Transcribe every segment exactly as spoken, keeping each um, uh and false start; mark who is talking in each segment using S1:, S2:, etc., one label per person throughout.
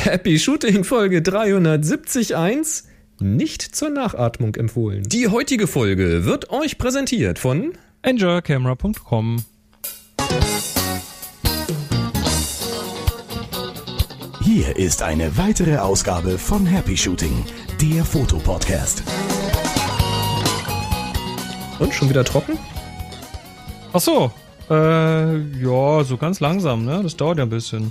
S1: Happy Shooting Folge dreihundertsiebzig Punkt eins. Nicht zur Nachatmung empfohlen. Die heutige Folge wird euch präsentiert von
S2: enjoy camera punkt com.
S3: Hier ist eine weitere Ausgabe von Happy Shooting, der Fotopodcast.
S1: Und schon wieder trocken?
S2: Ach so, äh, ja, so ganz langsam, ne? Das dauert ja ein bisschen.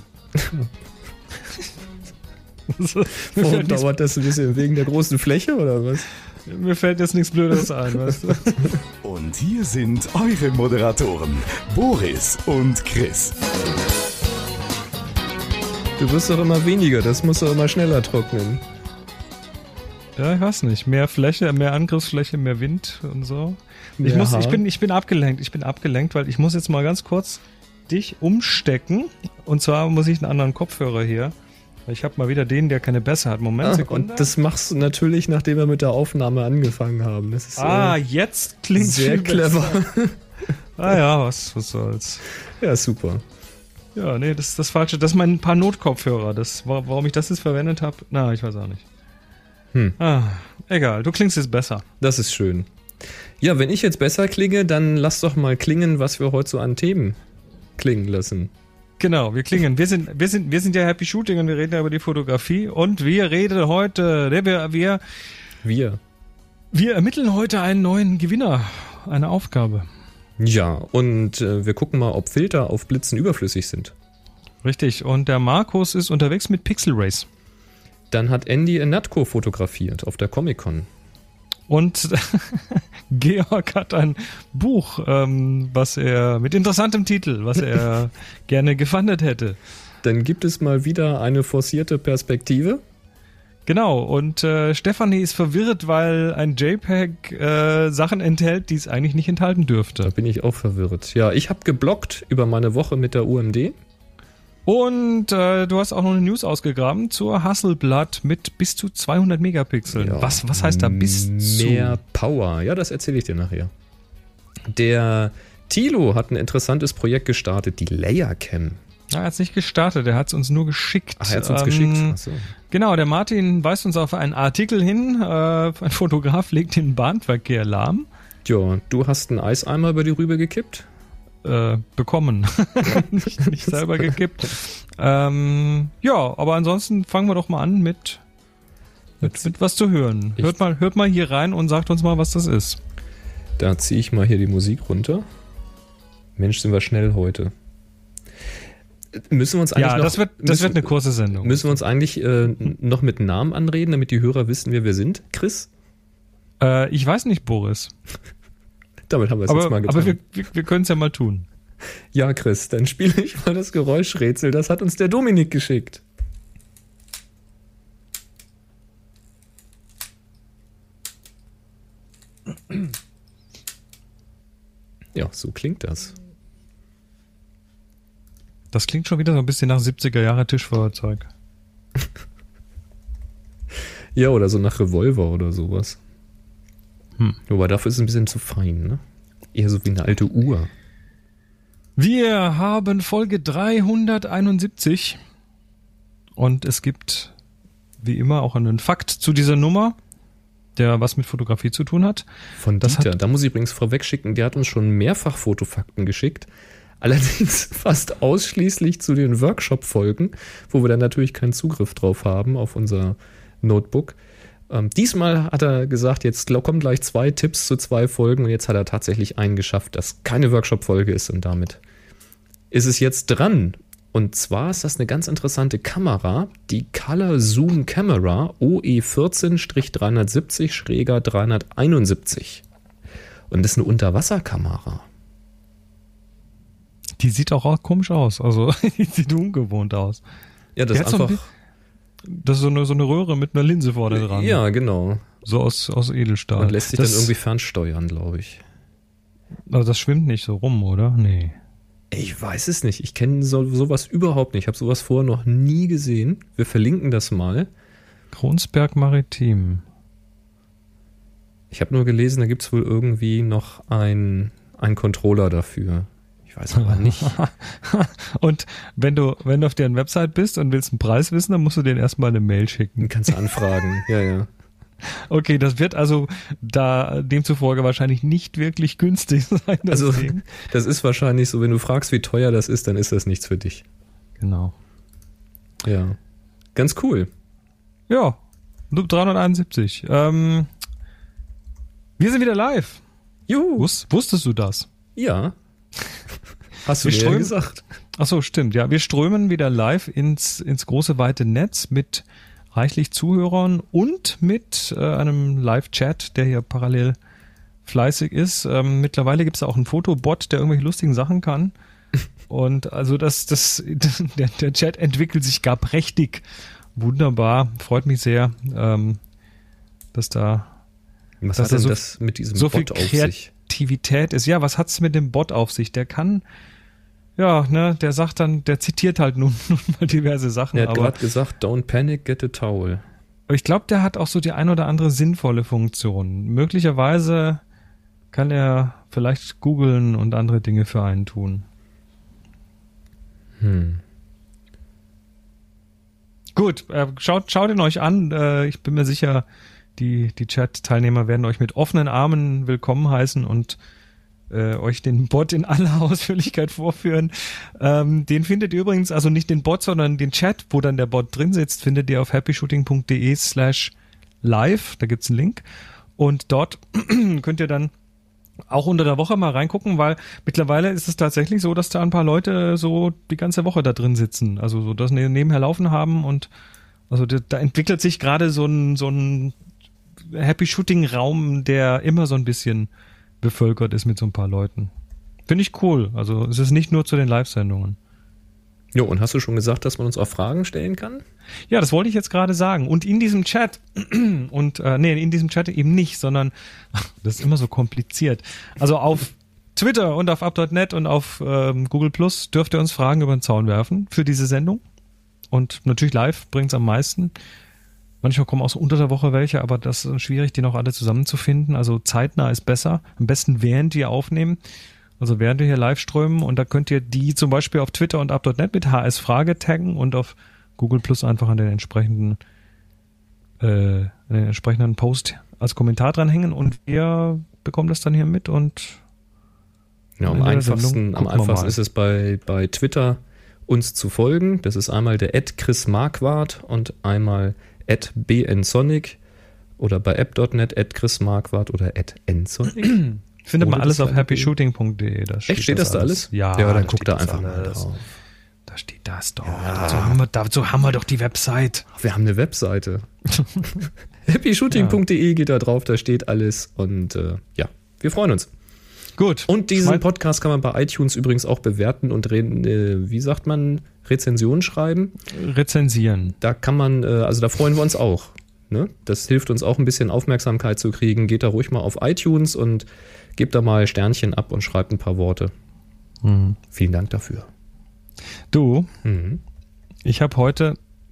S1: Warum dauert das ein bisschen? Wegen der großen Fläche oder was?
S2: Mir fällt jetzt nichts Blödes ein, weißt du?
S3: Und hier sind eure Moderatoren, Boris und Chris.
S1: Du wirst doch immer weniger, das muss doch immer schneller trocknen.
S2: Ja, ich weiß nicht. Mehr Fläche, mehr Angriffsfläche, mehr Wind und so. Ich,
S1: Ja.
S2: muss, ich, bin, ich bin abgelenkt, ich bin abgelenkt, weil ich muss jetzt mal ganz kurz dich umstecken. Und zwar muss ich einen anderen Kopfhörer hier. Ich habe mal wieder den, der keine Bässe hat. Moment,
S1: Ah,
S2: Sekunde.
S1: und das machst du natürlich, nachdem wir mit der Aufnahme angefangen haben. Das ist
S2: ah,
S1: äh,
S2: jetzt klingt
S1: sehr clever.
S2: Ah ja, was, was soll's.
S1: Ja, super.
S2: Ja, nee, das ist das Falsche. Das sind mein paar Notkopfhörer. Das, warum ich das jetzt verwendet habe, na, ich weiß auch nicht.
S1: Hm.
S2: Ah, egal, du klingst jetzt besser.
S1: Das ist schön. Ja, wenn ich jetzt besser klinge, dann lass doch mal klingen, was wir heute so an Themen klingen lassen.
S2: Genau, wir klingen. Wir sind, wir sind, wir sind ja Happy Shooting und wir reden ja über die Fotografie. Und wir reden heute, wir, wir,
S1: Wir.
S2: wir ermitteln heute einen neuen Gewinner, eine Aufgabe.
S1: Ja, und äh, wir gucken mal, ob Filter auf Blitzen überflüssig sind.
S2: Richtig. Und der Markus ist unterwegs mit Pixel Race.
S1: Dann hat Andy in Natco fotografiert auf der Comic-Con.
S2: Und Georg hat ein Buch, ähm, was er mit interessantem Titel, was er gerne gefundet hätte.
S1: Dann gibt es mal wieder eine forcierte Perspektive.
S2: Genau, und äh, Stefanie ist verwirrt, weil ein JPEG äh, Sachen enthält, die es eigentlich nicht enthalten
S1: Da
S2: dürfte.
S1: bin ich auch verwirrt. Ja, ich habe gebloggt über meine Woche mit der U M D.
S2: Und äh, du hast auch noch eine News ausgegraben zur Hasselblad mit bis zu zweihundert Megapixeln.
S1: Ja,
S2: was, was heißt da bis
S1: mehr
S2: zu?
S1: Power? Ja, das erzähle ich dir nachher. Der Thilo hat ein interessantes Projekt gestartet, die Layercam.
S2: Er hat es nicht gestartet, er hat es uns nur geschickt.
S1: Ach, er hat es uns
S2: Ähm,
S1: geschickt. Ach so.
S2: Genau, der Martin weist uns auf einen Artikel hin. Äh, ein Fotograf legt den Bahnverkehr lahm.
S1: Ja, du hast einen Eiseimer über die Rübe gekippt.
S2: Äh, bekommen. nicht, nicht selber gekippt. Ähm, ja, aber ansonsten fangen wir doch mal an mit, mit, mit was zu hören.
S1: Ich-
S2: Hört mal, hört mal hier rein und sagt uns mal, was das ist.
S1: Da ziehe ich mal hier die Musik runter. Mensch, sind wir schnell heute. Müssen wir uns eigentlich
S2: Ja,
S1: noch,
S2: das wird, das
S1: müssen,
S2: wird eine kurze Sendung.
S1: Müssen wir uns eigentlich äh, noch mit Namen anreden, damit die Hörer wissen, wer wir sind? Chris?
S2: Äh, ich weiß nicht, Boris.
S1: Damit haben wir es
S2: Aber,
S1: jetzt mal getan.
S2: aber wir, wir, wir können es ja mal tun.
S1: Ja, Chris, dann spiele ich mal das Geräuschrätsel. Das hat uns der Dominik geschickt. Ja, so klingt das.
S2: Das klingt schon wieder so ein bisschen nach siebziger Jahre Tischfeuerzeug.
S1: Ja, oder so nach Revolver oder sowas.
S2: Hm.
S1: Wobei dafür ist es ein bisschen zu fein, ne? Eher so wie eine alte Uhr.
S2: Wir haben Folge dreihunderteinundsiebzig und es gibt wie immer auch einen Fakt zu dieser Nummer, der was mit Fotografie zu tun hat.
S1: Von
S2: Das
S1: Dieter.
S2: hat-
S1: Da muss ich übrigens vorweg schicken, der hat uns schon mehrfach Fotofakten geschickt. Allerdings fast ausschließlich zu den Workshop-Folgen, wo wir dann natürlich keinen Zugriff drauf haben auf unser Notebook. Ähm, diesmal hat er gesagt, jetzt gl- kommen gleich zwei Tipps zu zwei Folgen und jetzt hat er tatsächlich einen geschafft, das keine Workshop-Folge ist und damit ist es jetzt dran. Und zwar ist das eine ganz interessante Kamera, die Color Zoom Camera O E vierzehn dreihundertsiebzig dreihunderteinundsiebzig. Und das ist eine Unterwasserkamera.
S2: Die sieht auch, auch komisch aus, also die sieht ungewohnt aus.
S1: Ja, das
S2: Die
S1: ist
S2: hat so ein
S1: einfach.
S2: Das ist so eine, so eine Röhre mit einer Linse vorne dran.
S1: Ja, genau.
S2: So aus, aus Edelstahl.
S1: Und lässt sich
S2: das,
S1: dann irgendwie fernsteuern, glaube ich.
S2: Also das schwimmt nicht so rum, oder? Nee.
S1: Ich weiß es nicht. Ich kenne so, sowas überhaupt nicht. Ich habe sowas vorher noch nie gesehen. Wir verlinken das mal.
S2: Kronsberg Maritim.
S1: Ich habe nur gelesen, da gibt es wohl irgendwie noch ein, ein Controller dafür. Ich weiß aber nicht.
S2: Und wenn du, wenn du auf deren Website bist und willst einen Preis wissen, dann musst du denen erstmal eine Mail schicken.
S1: Du kannst anfragen, ja, ja.
S2: Okay, das wird also da demzufolge wahrscheinlich nicht wirklich günstig sein. Das
S1: also
S2: Ding.
S1: Das ist wahrscheinlich so, wenn du fragst, wie teuer das ist, dann ist das nichts für dich.
S2: Genau.
S1: Ja, ganz cool.
S2: Ja, dreihunderteinundsiebzig. Ähm, wir sind wieder live.
S1: Juhu.
S2: Wus- wusstest du das?
S1: Ja. Hast du
S2: Wir
S1: mir
S2: strömen-
S1: ja gesagt.
S2: Ach so, stimmt. Ja, wir strömen wieder live ins, ins große, weite Netz mit reichlich Zuhörern und mit äh, einem Live-Chat, der hier parallel fleißig ist. Ähm, mittlerweile gibt es auch einen Fotobot, der irgendwelche lustigen Sachen kann. Und also das, das, der, der Chat entwickelt sich gar prächtig. Wunderbar. Freut mich sehr, ähm, dass da
S1: Was
S2: dass
S1: hat
S2: da
S1: denn
S2: so,
S1: das mit diesem
S2: so viel
S1: Bot auf sich?
S2: Kreativität ist. Ja, was hat's mit dem Bot auf sich? Der kann, ja, ne, der sagt dann, der zitiert halt nun, nun mal diverse Sachen.
S1: Er hat
S2: aber
S1: gerade gesagt, don't panic, get a towel.
S2: Aber ich glaube, der hat auch so die ein oder andere sinnvolle Funktion. Möglicherweise kann er vielleicht googeln und andere Dinge für einen tun.
S1: Hm.
S2: Gut, äh, schaut, schaut ihn euch an. Äh, ich bin mir sicher, die, die Chat-Teilnehmer werden euch mit offenen Armen willkommen heißen und äh, euch den Bot in aller Ausführlichkeit vorführen. Ähm, den findet ihr übrigens, also nicht den Bot, sondern den Chat, wo dann der Bot drin sitzt, findet ihr auf happyshooting.de slash live. Da gibt's einen Link. Und dort könnt ihr dann auch unter der Woche mal reingucken, weil mittlerweile ist es tatsächlich so, dass da ein paar Leute so die ganze Woche da drin sitzen. Also so das ne- nebenher laufen haben und also da, da entwickelt sich gerade so ein, so ein Happy-Shooting-Raum, der immer so ein bisschen bevölkert ist mit so ein paar Leuten. Finde ich cool. Also es ist nicht nur zu den Live-Sendungen.
S1: Jo, und hast du schon gesagt, dass man uns auch Fragen stellen kann?
S2: Ja, das wollte ich jetzt gerade sagen. Und in diesem Chat, und äh, nee, in diesem Chat eben nicht, sondern, das ist immer so kompliziert. Also auf Twitter und auf up punkt net und auf ähm, Google Plus dürft ihr uns Fragen über den Zaun werfen für diese Sendung. Und natürlich live bringt es am meisten. Manchmal kommen auch so unter der Woche welche, aber das ist schwierig, die noch alle zusammenzufinden. Also zeitnah ist besser. Am besten während wir aufnehmen. Also während wir hier live strömen. Und da könnt ihr die zum Beispiel auf Twitter und up punkt net mit H S Frage taggen und auf Google Plus einfach an den entsprechenden, äh, an den entsprechenden Post als Kommentar dranhängen. Und wir bekommen das dann hier mit und
S1: Ja, am
S2: in der
S1: einfachsten,
S2: Sendung
S1: am
S2: gucken wir
S1: einfachsten
S2: mal.
S1: ist es bei, bei Twitter uns zu folgen. Das ist einmal der at Chris Marquardt und einmal at bnsonic oder bei app punkt net at Chris Marquardt oder at nsonic.
S2: findet man
S1: Ohne
S2: alles
S1: das
S2: auf
S1: kleine
S2: happyshooting punkt de. Da
S1: Echt, steht das da alles?
S2: Ja,
S1: ja dann
S2: da
S1: guck
S2: steht
S1: da
S2: das
S1: einfach mal
S2: alles.
S1: drauf.
S2: Da steht das doch.
S1: Ja.
S2: Dazu, haben wir, dazu haben wir doch die Website.
S1: Ach, wir haben eine Webseite. happyshooting.de geht da drauf, da steht alles und äh, ja, wir freuen uns.
S2: Gut.
S1: Und diesen
S2: Schmeiß-
S1: Podcast kann man bei iTunes übrigens auch bewerten und reden, äh, wie sagt man, Rezensionen schreiben.
S2: Rezensieren.
S1: Da kann man, äh, also da freuen wir uns auch. Ne? Das hilft uns auch ein bisschen Aufmerksamkeit zu kriegen. Geht da ruhig mal auf iTunes und gebt da mal Sternchen ab und schreibt ein paar Worte.
S2: Mhm.
S1: Vielen Dank dafür.
S2: Du,
S1: Mhm.
S2: ich habe heute,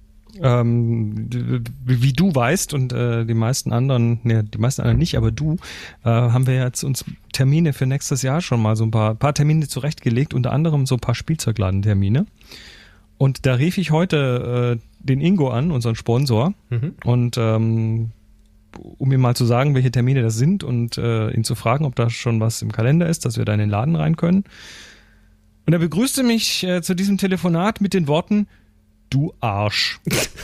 S2: ähm, wie wie du weißt und äh, die meisten anderen, ne, die meisten anderen nicht, aber du, äh, haben wir jetzt uns Termine für nächstes Jahr schon mal so ein paar, paar Termine zurechtgelegt, unter anderem so ein paar Spielzeugladentermine. Und da rief ich heute äh, den Ingo an, unseren Sponsor,
S1: Mhm.
S2: und ähm, um ihm mal zu sagen, welche Termine das sind und äh, ihn zu fragen, ob da schon was im Kalender ist, dass wir da in den Laden rein können. Und er begrüßte mich äh, zu diesem Telefonat mit den Worten, du Arsch.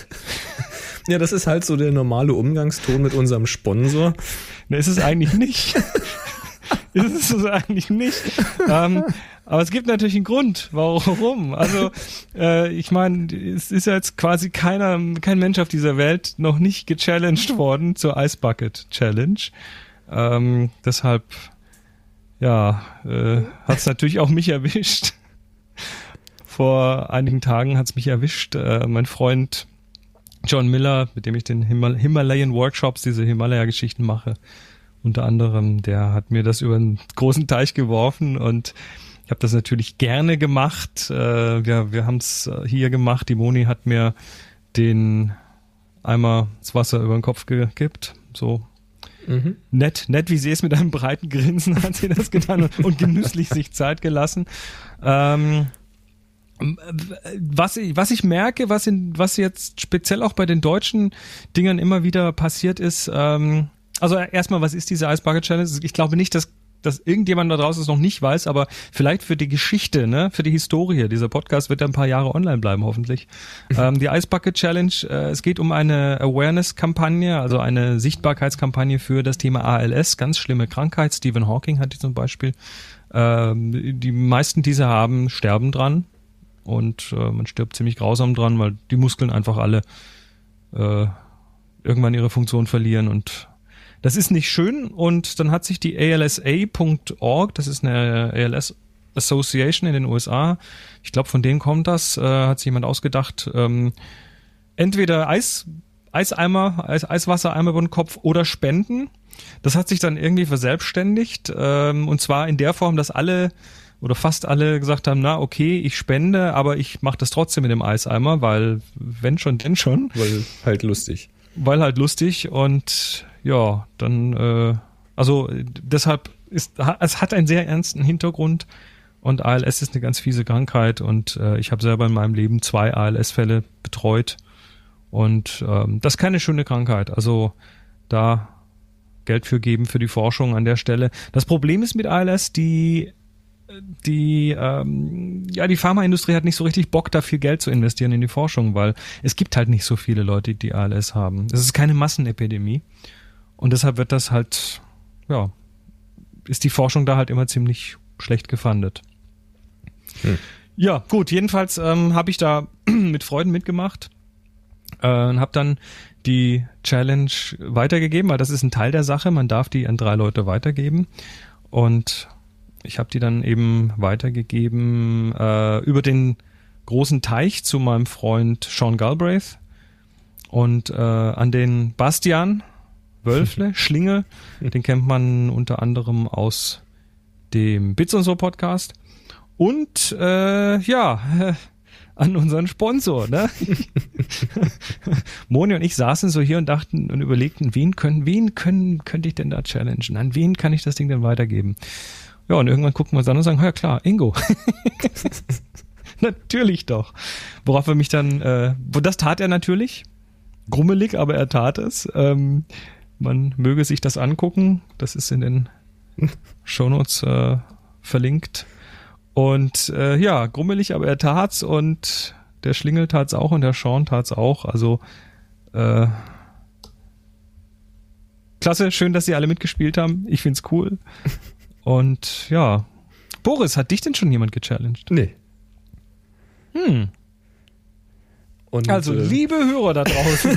S1: Ja, das ist halt so der normale Umgangston mit unserem Sponsor.
S2: Ne, ist es eigentlich nicht. Ist es eigentlich nicht. Ähm, aber es gibt natürlich einen Grund, warum. Also, äh, ich meine, es ist ja jetzt quasi keiner, kein Mensch auf dieser Welt noch nicht gechallenged worden zur Ice Bucket Challenge. Ähm, deshalb, ja, äh, hat es natürlich auch mich erwischt. Vor einigen Tagen hat es mich erwischt. Äh, mein Freund John Miller, mit dem ich den Himal- Himalayan Workshops, diese Himalaya-Geschichten mache, unter anderem, der hat mir das über einen großen Teich geworfen und ich habe das natürlich gerne gemacht. Äh, wir wir haben es hier gemacht. Die Moni hat mir den Eimer das Wasser über den Kopf gekippt. So. Mhm. Nett, nett, wie sie es mit einem breiten Grinsen hat sie das getan und, und genüsslich sich Zeit gelassen. Ähm, was ich, was ich merke, was in, was jetzt speziell auch bei den deutschen Dingern immer wieder passiert ist, ähm, also erstmal, was ist diese Ice Bucket Challenge? Ich glaube nicht, dass dass irgendjemand da draußen es noch nicht weiß, aber vielleicht für die Geschichte, ne, für die Historie. Dieser Podcast wird ja ein paar Jahre online bleiben, hoffentlich. ähm, die Ice Bucket Challenge, äh, es geht um eine Awareness-Kampagne, also eine Sichtbarkeitskampagne für das Thema A L S, ganz schlimme Krankheit. Stephen Hawking hat die zum Beispiel. Ähm, die meisten, die sie haben, sterben dran und äh, man stirbt ziemlich grausam dran, weil die Muskeln einfach alle äh, irgendwann ihre Funktion verlieren und das ist nicht schön und dann hat sich die A L S A Punkt org, das ist eine A L S Association in den U S A, ich glaube von denen kommt das, äh, hat sich jemand ausgedacht, ähm, entweder Eis, Eiseimer, Eis, Eiswassereimer über den Kopf oder Spenden. Das hat sich dann irgendwie verselbstständigt ähm, und zwar in der Form, dass alle oder fast alle gesagt haben, na okay, ich spende, aber ich mache das trotzdem mit dem Eiseimer, weil wenn schon, denn schon.
S1: Weil halt lustig.
S2: Weil halt lustig und ja, dann, äh, also deshalb ist, es hat einen sehr ernsten Hintergrund und A L S ist eine ganz fiese Krankheit und äh, ich habe selber in meinem Leben zwei A L S-Fälle betreut und ähm, das ist keine schöne Krankheit, also da Geld für geben für die Forschung an der Stelle. Das Problem ist mit A L S, die die ähm, ja die Pharmaindustrie hat nicht so richtig Bock, da viel Geld zu investieren in die Forschung, weil es gibt halt nicht so viele Leute, die A L S haben. Es ist keine Massenepidemie und deshalb wird das halt, ja, ist die Forschung da halt immer ziemlich schlecht gefundet. Hm. Ja, gut, jedenfalls ähm, habe ich da mit Freuden mitgemacht äh, und habe dann die Challenge weitergegeben, weil das ist ein Teil der Sache, man darf die an drei Leute weitergeben und ich habe die dann eben weitergegeben äh, über den großen Teich zu meinem Freund Sean Galbraith und äh, an den Bastian Wölfle, Schlinge, den kennt man unter anderem aus dem Bits und so Podcast und äh, ja, äh, an unseren Sponsor, ne? Moni und ich saßen so hier und dachten und überlegten, wen können, wen können, könnte ich denn da challengen? An wen kann ich das Ding denn weitergeben? Ja, und irgendwann gucken wir uns an und sagen, ja klar, Ingo. Natürlich doch. Worauf er mich dann, äh, das tat er natürlich, grummelig, aber er tat es. Ähm, man möge sich das angucken, das ist in den Shownotes äh, verlinkt. Und äh, ja, grummelig, aber er tat's und der Schlingel tat's auch und der Sean tat's auch. Also äh, klasse, schön, dass sie alle mitgespielt haben. Ich find's cool. Und ja, Boris, hat dich denn schon jemand gechallenged?
S1: Nee.
S2: Hm. Und, also, äh, liebe Hörer da draußen,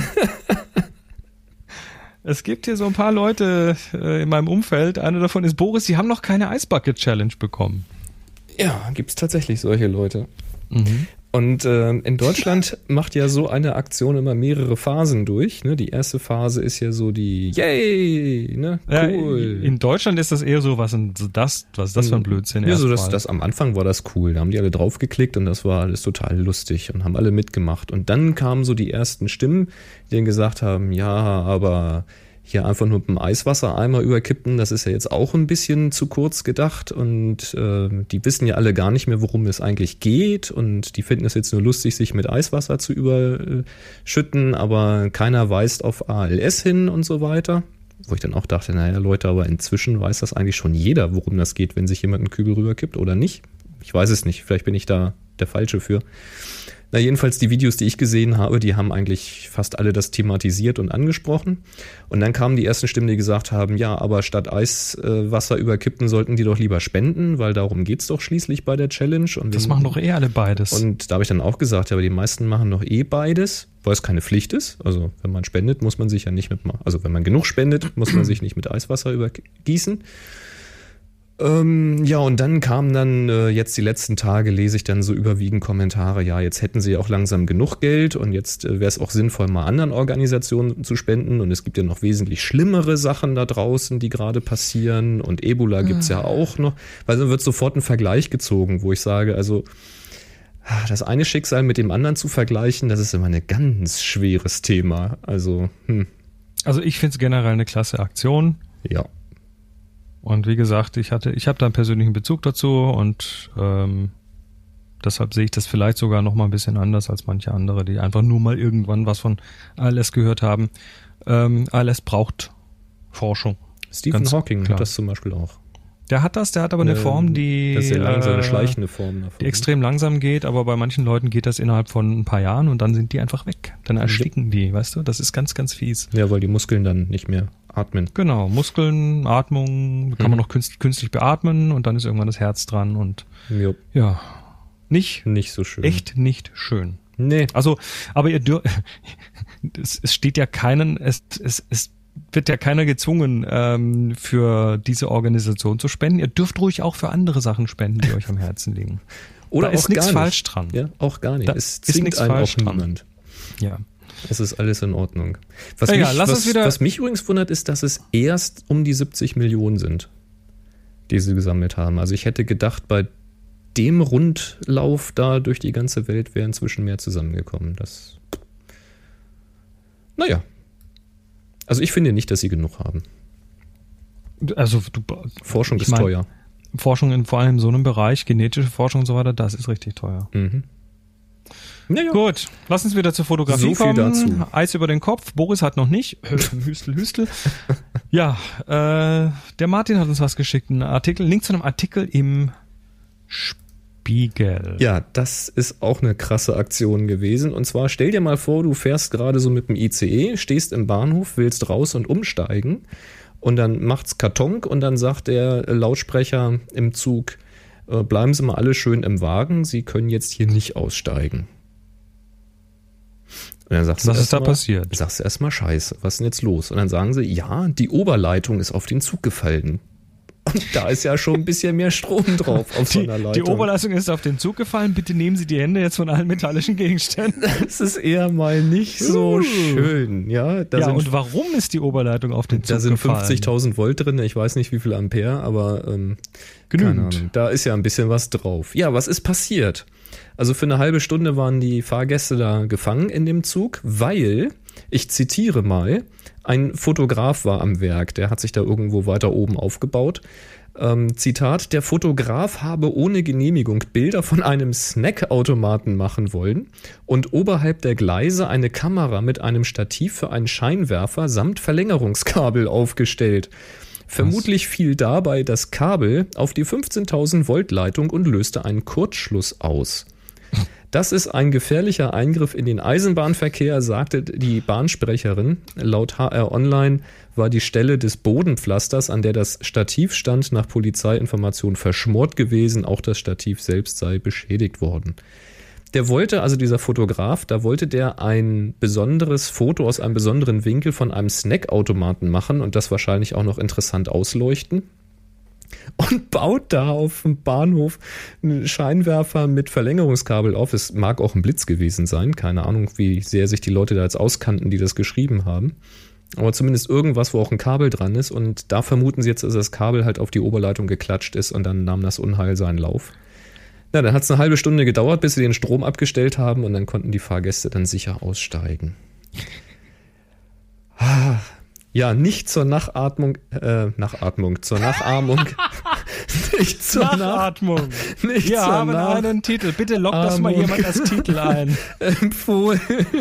S2: es gibt hier so ein paar Leute äh, in meinem Umfeld, einer davon ist Boris, die haben noch keine Ice Bucket Challenge bekommen.
S1: Ja, gibt's tatsächlich solche Leute.
S2: Mhm.
S1: Und äh, in Deutschland macht ja so eine Aktion immer mehrere Phasen durch. Ne? Die erste Phase ist ja so die Yay, ne? Cool.
S2: Ja, in Deutschland ist das eher so, was das, was ist das für ein Blödsinn?
S1: Ja, so das, das am Anfang war das cool. Da haben die alle draufgeklickt und das war alles total lustig und haben alle mitgemacht. Und dann kamen so die ersten Stimmen, die dann gesagt haben, ja, aber hier einfach nur mit dem Eiswassereimer überkippen, das ist ja jetzt auch ein bisschen zu kurz gedacht und äh, die wissen ja alle gar nicht mehr, worum es eigentlich geht und die finden es jetzt nur lustig, sich mit Eiswasser zu überschütten, aber keiner weist auf A L S hin und so weiter. Wo ich dann auch dachte, naja Leute, aber inzwischen weiß das eigentlich schon jeder, worum das geht, wenn sich jemand einen Kübel rüberkippt oder nicht. Ich weiß es nicht, vielleicht bin ich da der Falsche für. Na, jedenfalls die Videos, die ich gesehen habe, die haben eigentlich fast alle das thematisiert und angesprochen. Und dann kamen die ersten Stimmen, die gesagt haben, ja, aber statt Eiswasser äh, überkippen, sollten die doch lieber spenden, weil darum geht's doch schließlich bei der Challenge. Und
S2: das wenn, machen doch eh alle beides.
S1: Und da habe ich dann auch gesagt, ja, aber die meisten machen doch eh beides, weil es keine Pflicht ist. Also wenn man spendet, muss man sich ja nicht mit, also wenn man genug spendet, muss man sich nicht mit Eiswasser übergießen. Ähm, ja, und dann kamen dann äh, jetzt die letzten Tage, lese ich dann so überwiegend Kommentare, ja, jetzt hätten sie ja auch langsam genug Geld und jetzt äh, wäre es auch sinnvoll, mal anderen Organisationen zu spenden und es gibt ja noch wesentlich schlimmere Sachen da draußen, die gerade passieren und Ebola gibt's ja auch noch, weil dann wird sofort ein Vergleich gezogen, wo ich sage, also das eine Schicksal mit dem anderen zu vergleichen, das ist immer ein ganz schweres Thema, also hm.
S2: Also ich finde es generell eine klasse Aktion.
S1: Ja.
S2: Und wie gesagt, ich hatte, ich habe da einen persönlichen Bezug dazu und ähm, deshalb sehe ich das vielleicht sogar noch mal ein bisschen anders als manche andere, die einfach nur mal irgendwann was von A L S gehört haben. Ähm, A L S braucht Forschung.
S1: Stephen
S2: Ganz
S1: Hawking
S2: klar.
S1: hat das zum Beispiel auch.
S2: Der hat das, der hat aber eine
S1: Eine-
S2: Form, die,
S1: Das ist sehr langsam, eine
S2: äh,
S1: schleichende Form davon.
S2: die extrem langsam geht, aber bei manchen Leuten geht das innerhalb von ein paar Jahren und dann sind die einfach weg. Dann ersticken die, weißt du? Das ist ganz, ganz fies.
S1: Ja, weil die Muskeln dann nicht mehr atmen.
S2: Genau, Muskeln, Atmung, kann
S1: Mhm.
S2: man noch künst, künstlich beatmen und dann ist irgendwann das Herz dran und
S1: Jo,
S2: ja, nicht,
S1: nicht so schön.
S2: echt nicht schön.
S1: Nee.
S2: Also, aber ihr dürft, es, es steht ja keinen, es, es, es wird ja keiner gezwungen, ähm, für diese Organisation zu spenden. Ihr dürft ruhig auch für andere Sachen spenden, die euch am Herzen liegen.
S1: Oder
S2: da ist
S1: auch
S2: nichts
S1: gar nicht.
S2: falsch dran.
S1: Ja, auch gar nicht.
S2: Da
S1: Es
S2: ist
S1: zwingt
S2: nichts
S1: einen
S2: falsch
S1: auch
S2: dran.
S1: niemand.
S2: Ja.
S1: Es ist alles in Ordnung. Was,
S2: Egal,
S1: mich,
S2: lass
S1: was,
S2: uns wieder-
S1: was mich übrigens wundert, ist, dass es erst um die siebzig Millionen sind, die sie gesammelt haben. Also ich hätte gedacht, bei dem Rundlauf da durch die ganze Welt wäre inzwischen mehr zusammengekommen. Das. Naja. Also ich finde nicht, dass sie genug haben.
S2: Also du,
S1: Forschung
S2: ich
S1: ist
S2: mein,
S1: teuer.
S2: Forschung in vor allem in so einem Bereich, genetische Forschung und so weiter, das ist richtig teuer.
S1: Mhm. Naja.
S2: Gut, lass uns wieder zur Fotografie
S1: So viel
S2: kommen.
S1: dazu.
S2: Eis über den Kopf. Boris hat noch nicht. Hüstel, Hüstel. Ja, äh, der Martin hat uns was geschickt. Ein Artikel, Link zu einem Artikel im Spiegel.
S1: Ja, das ist auch eine krasse Aktion gewesen. Und zwar stell dir mal vor, du fährst gerade so mit dem I C E, stehst im Bahnhof, willst raus und umsteigen und dann macht's Kartonk und dann sagt der Lautsprecher im Zug, äh, bleiben Sie mal alle schön im Wagen, Sie können jetzt hier nicht aussteigen. Und dann sagst du
S2: Was ist
S1: erst
S2: da
S1: mal,
S2: passiert?
S1: Sagst du erstmal Scheiße, was ist denn jetzt los? Und dann sagen sie, ja, die Oberleitung ist auf den Zug gefallen. Und da ist ja schon ein bisschen mehr Strom drauf auf so
S2: Die,
S1: einer
S2: die
S1: Leitung.
S2: Oberleitung ist auf den Zug gefallen. Bitte nehmen Sie die Hände jetzt von allen metallischen Gegenständen.
S1: Das ist eher mal nicht so
S2: Uh.
S1: schön. Ja, da
S2: ja,
S1: sind,
S2: und warum ist die Oberleitung auf den Zug
S1: da sind
S2: gefallen?
S1: fünfzigtausend Volt drin. Ich weiß nicht, wie viel Ampere, aber ähm,
S2: Genügend.
S1: keine Ahnung. Da ist ja ein bisschen was drauf. Ja, was ist passiert? Also für eine halbe Stunde waren die Fahrgäste da gefangen in dem Zug, weil, ich zitiere mal, ein Fotograf war am Werk. Der hat sich da irgendwo weiter oben aufgebaut. Ähm, Zitat, der Fotograf habe ohne Genehmigung Bilder von einem Snackautomaten machen wollen und oberhalb der Gleise eine Kamera mit einem Stativ für einen Scheinwerfer samt Verlängerungskabel aufgestellt. Vermutlich fiel dabei das Kabel auf die fünfzehntausend Volt Leitung und löste einen Kurzschluss aus. Das ist ein gefährlicher Eingriff in den Eisenbahnverkehr, sagte die Bahnsprecherin. Laut H R Online war die Stelle des Bodenpflasters, an der das Stativ stand, nach Polizeiinformation verschmort gewesen. Auch das Stativ selbst sei beschädigt worden. Der wollte, also dieser Fotograf, da wollte der ein besonderes Foto aus einem besonderen Winkel von einem Snackautomaten machen und das wahrscheinlich auch noch interessant ausleuchten. Und baut da auf dem Bahnhof einen Scheinwerfer mit Verlängerungskabel auf. Es mag auch ein Blitz gewesen sein. Keine Ahnung, wie sehr sich die Leute da jetzt auskannten, die das geschrieben haben. Aber zumindest irgendwas, wo auch ein Kabel dran ist. Und da vermuten sie jetzt, dass das Kabel halt auf die Oberleitung geklatscht ist und dann nahm das Unheil seinen Lauf. Na, dann hat es eine halbe Stunde gedauert, bis sie den Strom abgestellt haben und dann konnten die Fahrgäste dann sicher aussteigen. Ah. Ja, nicht zur Nachatmung, äh, Nachatmung, zur Nachahmung, nicht zur
S2: Nachatmung.
S1: Nach, nicht
S2: Wir
S1: zur
S2: haben
S1: Nach
S2: einen Titel. Bitte lockt das mal
S1: Atmung.
S2: jemand als Titel ein.
S1: empfohlen.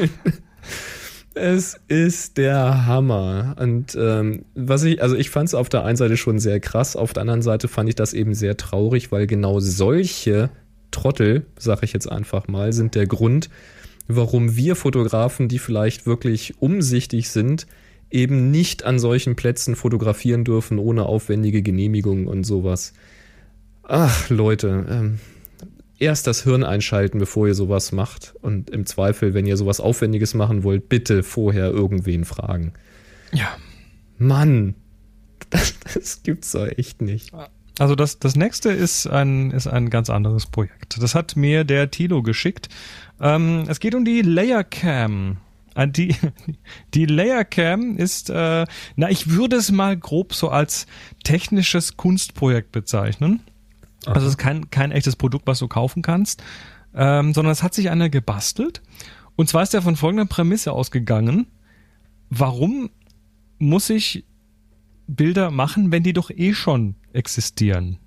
S1: Es ist der Hammer. Und ähm, was ich, also ich fand es auf der einen Seite schon sehr krass, auf der anderen Seite fand ich das eben sehr traurig, weil genau solche Trottel, sag ich jetzt einfach mal, sind der Grund, warum wir Fotografen, die vielleicht wirklich umsichtig sind, eben nicht an solchen Plätzen fotografieren dürfen, ohne aufwendige Genehmigungen und sowas. Ach, Leute, ähm, erst das Hirn einschalten, bevor ihr sowas macht. Und im Zweifel, wenn ihr sowas Aufwendiges machen wollt, bitte vorher irgendwen fragen.
S2: Ja.
S1: Mann, das, das gibt's doch echt nicht.
S2: Also das, das nächste ist ein, ist ein ganz anderes Projekt. Das hat mir der Tilo geschickt. Ähm, es geht um die Layercam. Die, die Layercam ist, äh, na, ich würde es mal grob so als technisches Kunstprojekt bezeichnen. Also es ist kein, kein echtes Produkt, was du kaufen kannst, ähm, sondern es hat sich einer gebastelt. Und zwar ist er von folgender Prämisse ausgegangen. Warum muss ich Bilder machen, wenn die doch eh schon existieren?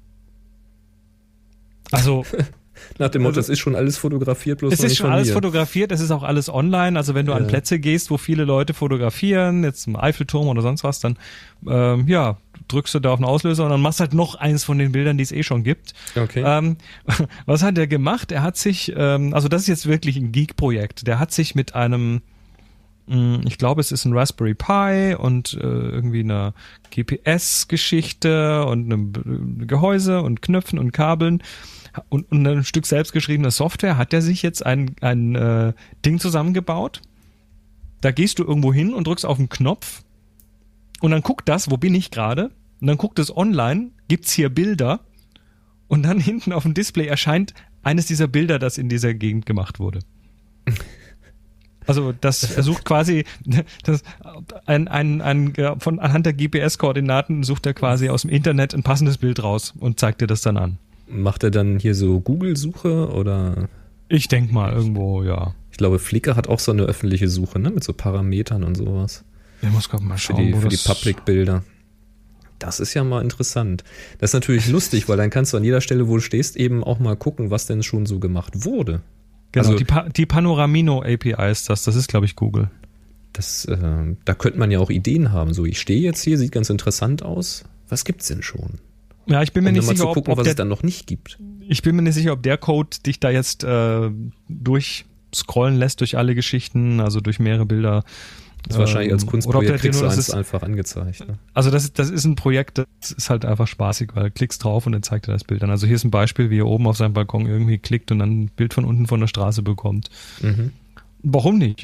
S2: Also
S1: nach dem Motto,
S2: also,
S1: es ist schon alles fotografiert, bloß
S2: es
S1: noch
S2: ist
S1: nicht
S2: schon
S1: von
S2: alles
S1: mir.
S2: fotografiert, es ist auch alles online. Also wenn du
S1: Ja.
S2: an Plätze gehst, wo viele Leute fotografieren, jetzt im Eiffelturm oder sonst was, dann ähm, ja, drückst du da auf den Auslöser und dann machst halt noch eins von den Bildern, die es eh schon gibt.
S1: Okay.
S2: Ähm, was hat er gemacht? Er hat sich, ähm, also das ist jetzt wirklich ein Geek-Projekt, der hat sich mit einem, mh, ich glaube es ist ein Raspberry Pi und äh, irgendwie eine G P S-Geschichte und einem Gehäuse und Knöpfen und Kabeln und, und ein Stück selbstgeschriebene Software, hat er sich jetzt ein, ein äh, Ding zusammengebaut. Da gehst du irgendwo hin und drückst auf den Knopf und dann guckt das, wo bin ich gerade? Und dann guckt es online, gibt's hier Bilder und dann hinten auf dem Display erscheint eines dieser Bilder, das in dieser Gegend gemacht wurde. Also das er sucht quasi das, ein, ein, ein, von anhand der G P S-Koordinaten sucht er quasi aus dem Internet ein passendes Bild raus und zeigt dir das dann an.
S1: Macht er dann hier so Google-Suche oder?
S2: Ich denk mal irgendwo, ja.
S1: Ich glaube, Flickr hat auch so eine öffentliche Suche, ne, mit so Parametern und sowas.
S2: Ich muss gerade mal
S1: Für
S2: schauen,
S1: die,
S2: wo
S1: für die
S2: das
S1: Public-Bilder. Das ist ja mal interessant. Das ist natürlich lustig, weil dann kannst du an jeder Stelle, wo du stehst, eben auch mal gucken, was denn schon so gemacht wurde.
S2: Genau,
S1: Also-
S2: die, pa- die Panoramino-A P I ist das, das ist, glaube ich, Google.
S1: Das, äh, da könnte man ja auch Ideen haben. So, ich stehe jetzt hier, sieht ganz interessant aus. Was gibt's denn schon?
S2: Ja, ich bin mir
S1: Um
S2: nicht
S1: dann mal
S2: sicher,
S1: zu
S2: ob,
S1: gucken,
S2: ob
S1: was
S2: der,
S1: es dann noch nicht gibt.
S2: ich bin mir nicht sicher, ob der Code dich da jetzt äh, durchscrollen lässt durch alle Geschichten, also durch mehrere Bilder.
S1: Das ist wahrscheinlich als
S2: Ähm,
S1: Kunstprojekt
S2: oder ob der dir
S1: kriegst du
S2: nur, das
S1: eins
S2: ist,
S1: einfach angezeigt. Ne?
S2: also das, das ist ein Projekt, das ist halt einfach spaßig, weil du klickst drauf und dann zeigt er das Bild an. Also hier ist ein Beispiel, wie er oben auf seinem Balkon irgendwie klickt und dann ein Bild von unten von der Straße bekommt.
S1: Mhm.
S2: Warum nicht?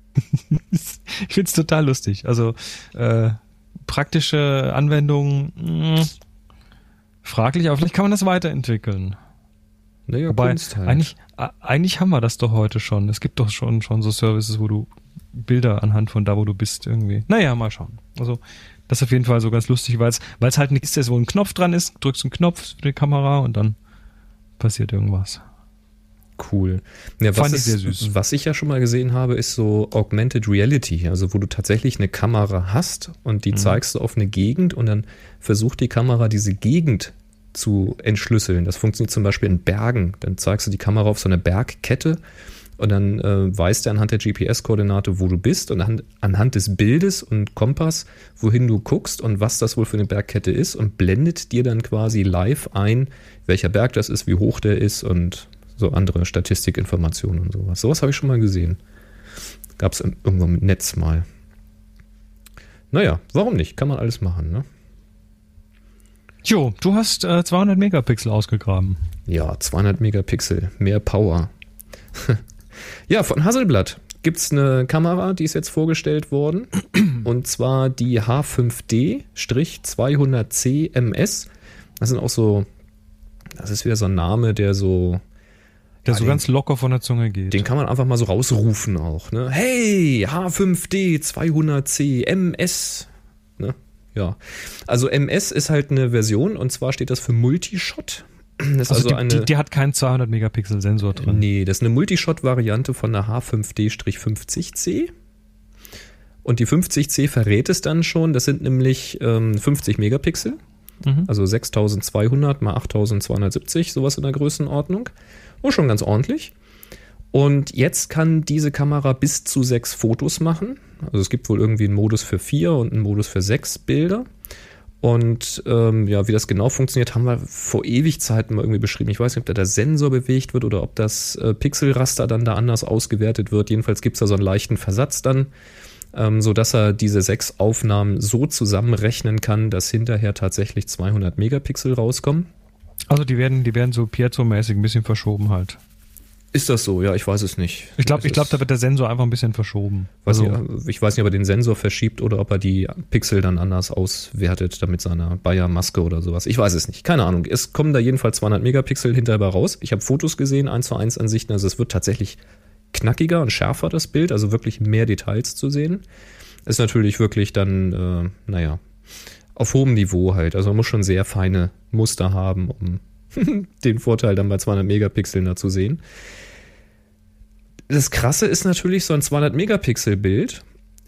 S2: Ich find's total lustig. Also äh, praktische Anwendungen, mh, fraglich, aber vielleicht kann man das weiterentwickeln.
S1: Naja,
S2: Wobei,
S1: Kunst halt.
S2: eigentlich, a- eigentlich haben wir das doch heute schon. Es gibt doch schon, schon so Services, wo du Bilder anhand von da, wo du bist, irgendwie. Naja, mal schauen. Also, das ist auf jeden Fall so ganz lustig, weil es halt nichts ist, wo ein Knopf dran ist, drückst einen Knopf für die Kamera und dann passiert irgendwas.
S1: Cool. Ja, was,
S2: Fand ich
S1: ist,
S2: sehr süß.
S1: was ich ja schon mal gesehen habe, ist so Augmented Reality, also wo du tatsächlich eine Kamera hast und die
S2: Mhm.
S1: zeigst du auf eine Gegend und dann versucht die Kamera diese Gegend zu entschlüsseln. Das funktioniert zum Beispiel in Bergen. Dann zeigst du die Kamera auf so eine Bergkette und dann äh, weiß der anhand der G P S-Koordinate, wo du bist und anhand, anhand des Bildes und Kompass, wohin du guckst und was das wohl für eine Bergkette ist und blendet dir dann quasi live ein, welcher Berg das ist, wie hoch der ist und so andere Statistikinformationen und sowas. Sowas habe ich schon mal gesehen. Gab es irgendwo im Netz mal. Naja, warum nicht? Kann man alles machen, ne?
S2: Jo, du hast äh, zweihundert Megapixel ausgegraben.
S1: Ja, zweihundert Megapixel, mehr Power. Ja, von Hasselblad gibt es eine Kamera, die ist jetzt vorgestellt worden. Und zwar die H fünf D zweihundert C M S. Das sind auch so, das ist wieder so ein Name, der so,
S2: Der
S1: Ja,
S2: so
S1: den-
S2: ganz locker von der Zunge geht.
S1: den kann man einfach mal so rausrufen auch. Ne? Hey, H fünf D zweihundert C M S. Ne? Ja, also M S ist halt eine Version und zwar steht das für Multishot. Das ist
S2: also
S1: also
S2: die,
S1: eine,
S2: die, die hat keinen zweihundert Megapixel Sensor drin.
S1: Nee, das ist eine Multishot-Variante von der H fünf D fünfzig C. Und die fünfzig C verrät es dann schon. Das sind nämlich ähm, fünfzig Megapixel,
S2: Mhm.
S1: also sechstausendzweihundert mal achttausendzweihundertsiebzig, sowas in der Größenordnung. Oh, schon ganz ordentlich. Und jetzt kann diese Kamera bis zu sechs Fotos machen. Also es gibt wohl irgendwie einen Modus für vier und einen Modus für sechs Bilder. Und ähm, ja, wie das genau funktioniert, haben wir vor Ewigkeiten mal irgendwie beschrieben. Ich weiß nicht, ob da der Sensor bewegt wird oder ob das äh, Pixelraster dann da anders ausgewertet wird. Jedenfalls gibt es da so einen leichten Versatz dann, ähm, sodass er diese sechs Aufnahmen so zusammenrechnen kann, dass hinterher tatsächlich zweihundert Megapixel rauskommen.
S2: Also die werden, die werden so Piezo-mäßig ein bisschen verschoben halt.
S1: Ist das so? Ja, ich weiß es nicht.
S2: Ich glaube,
S1: Es
S2: ich glaube,
S1: ist-
S2: da wird der Sensor einfach ein bisschen verschoben.
S1: Weiß
S2: Also,
S1: nicht, ich weiß nicht, ob er den Sensor verschiebt oder ob er die Pixel dann anders auswertet, damit seiner Bayer-Maske oder sowas. Ich weiß es nicht. Keine Ahnung. Es kommen da jedenfalls zweihundert Megapixel hinterher raus. Ich habe Fotos gesehen, eins zu eins Ansichten. Also es wird tatsächlich knackiger und schärfer, das Bild. Also wirklich mehr Details zu sehen. Ist natürlich wirklich dann, äh, naja, auf hohem Niveau halt. Also man muss schon sehr feine Muster haben, um den Vorteil dann bei zweihundert Megapixeln da zu sehen. Das Krasse ist natürlich, so ein zweihundert Megapixel Bild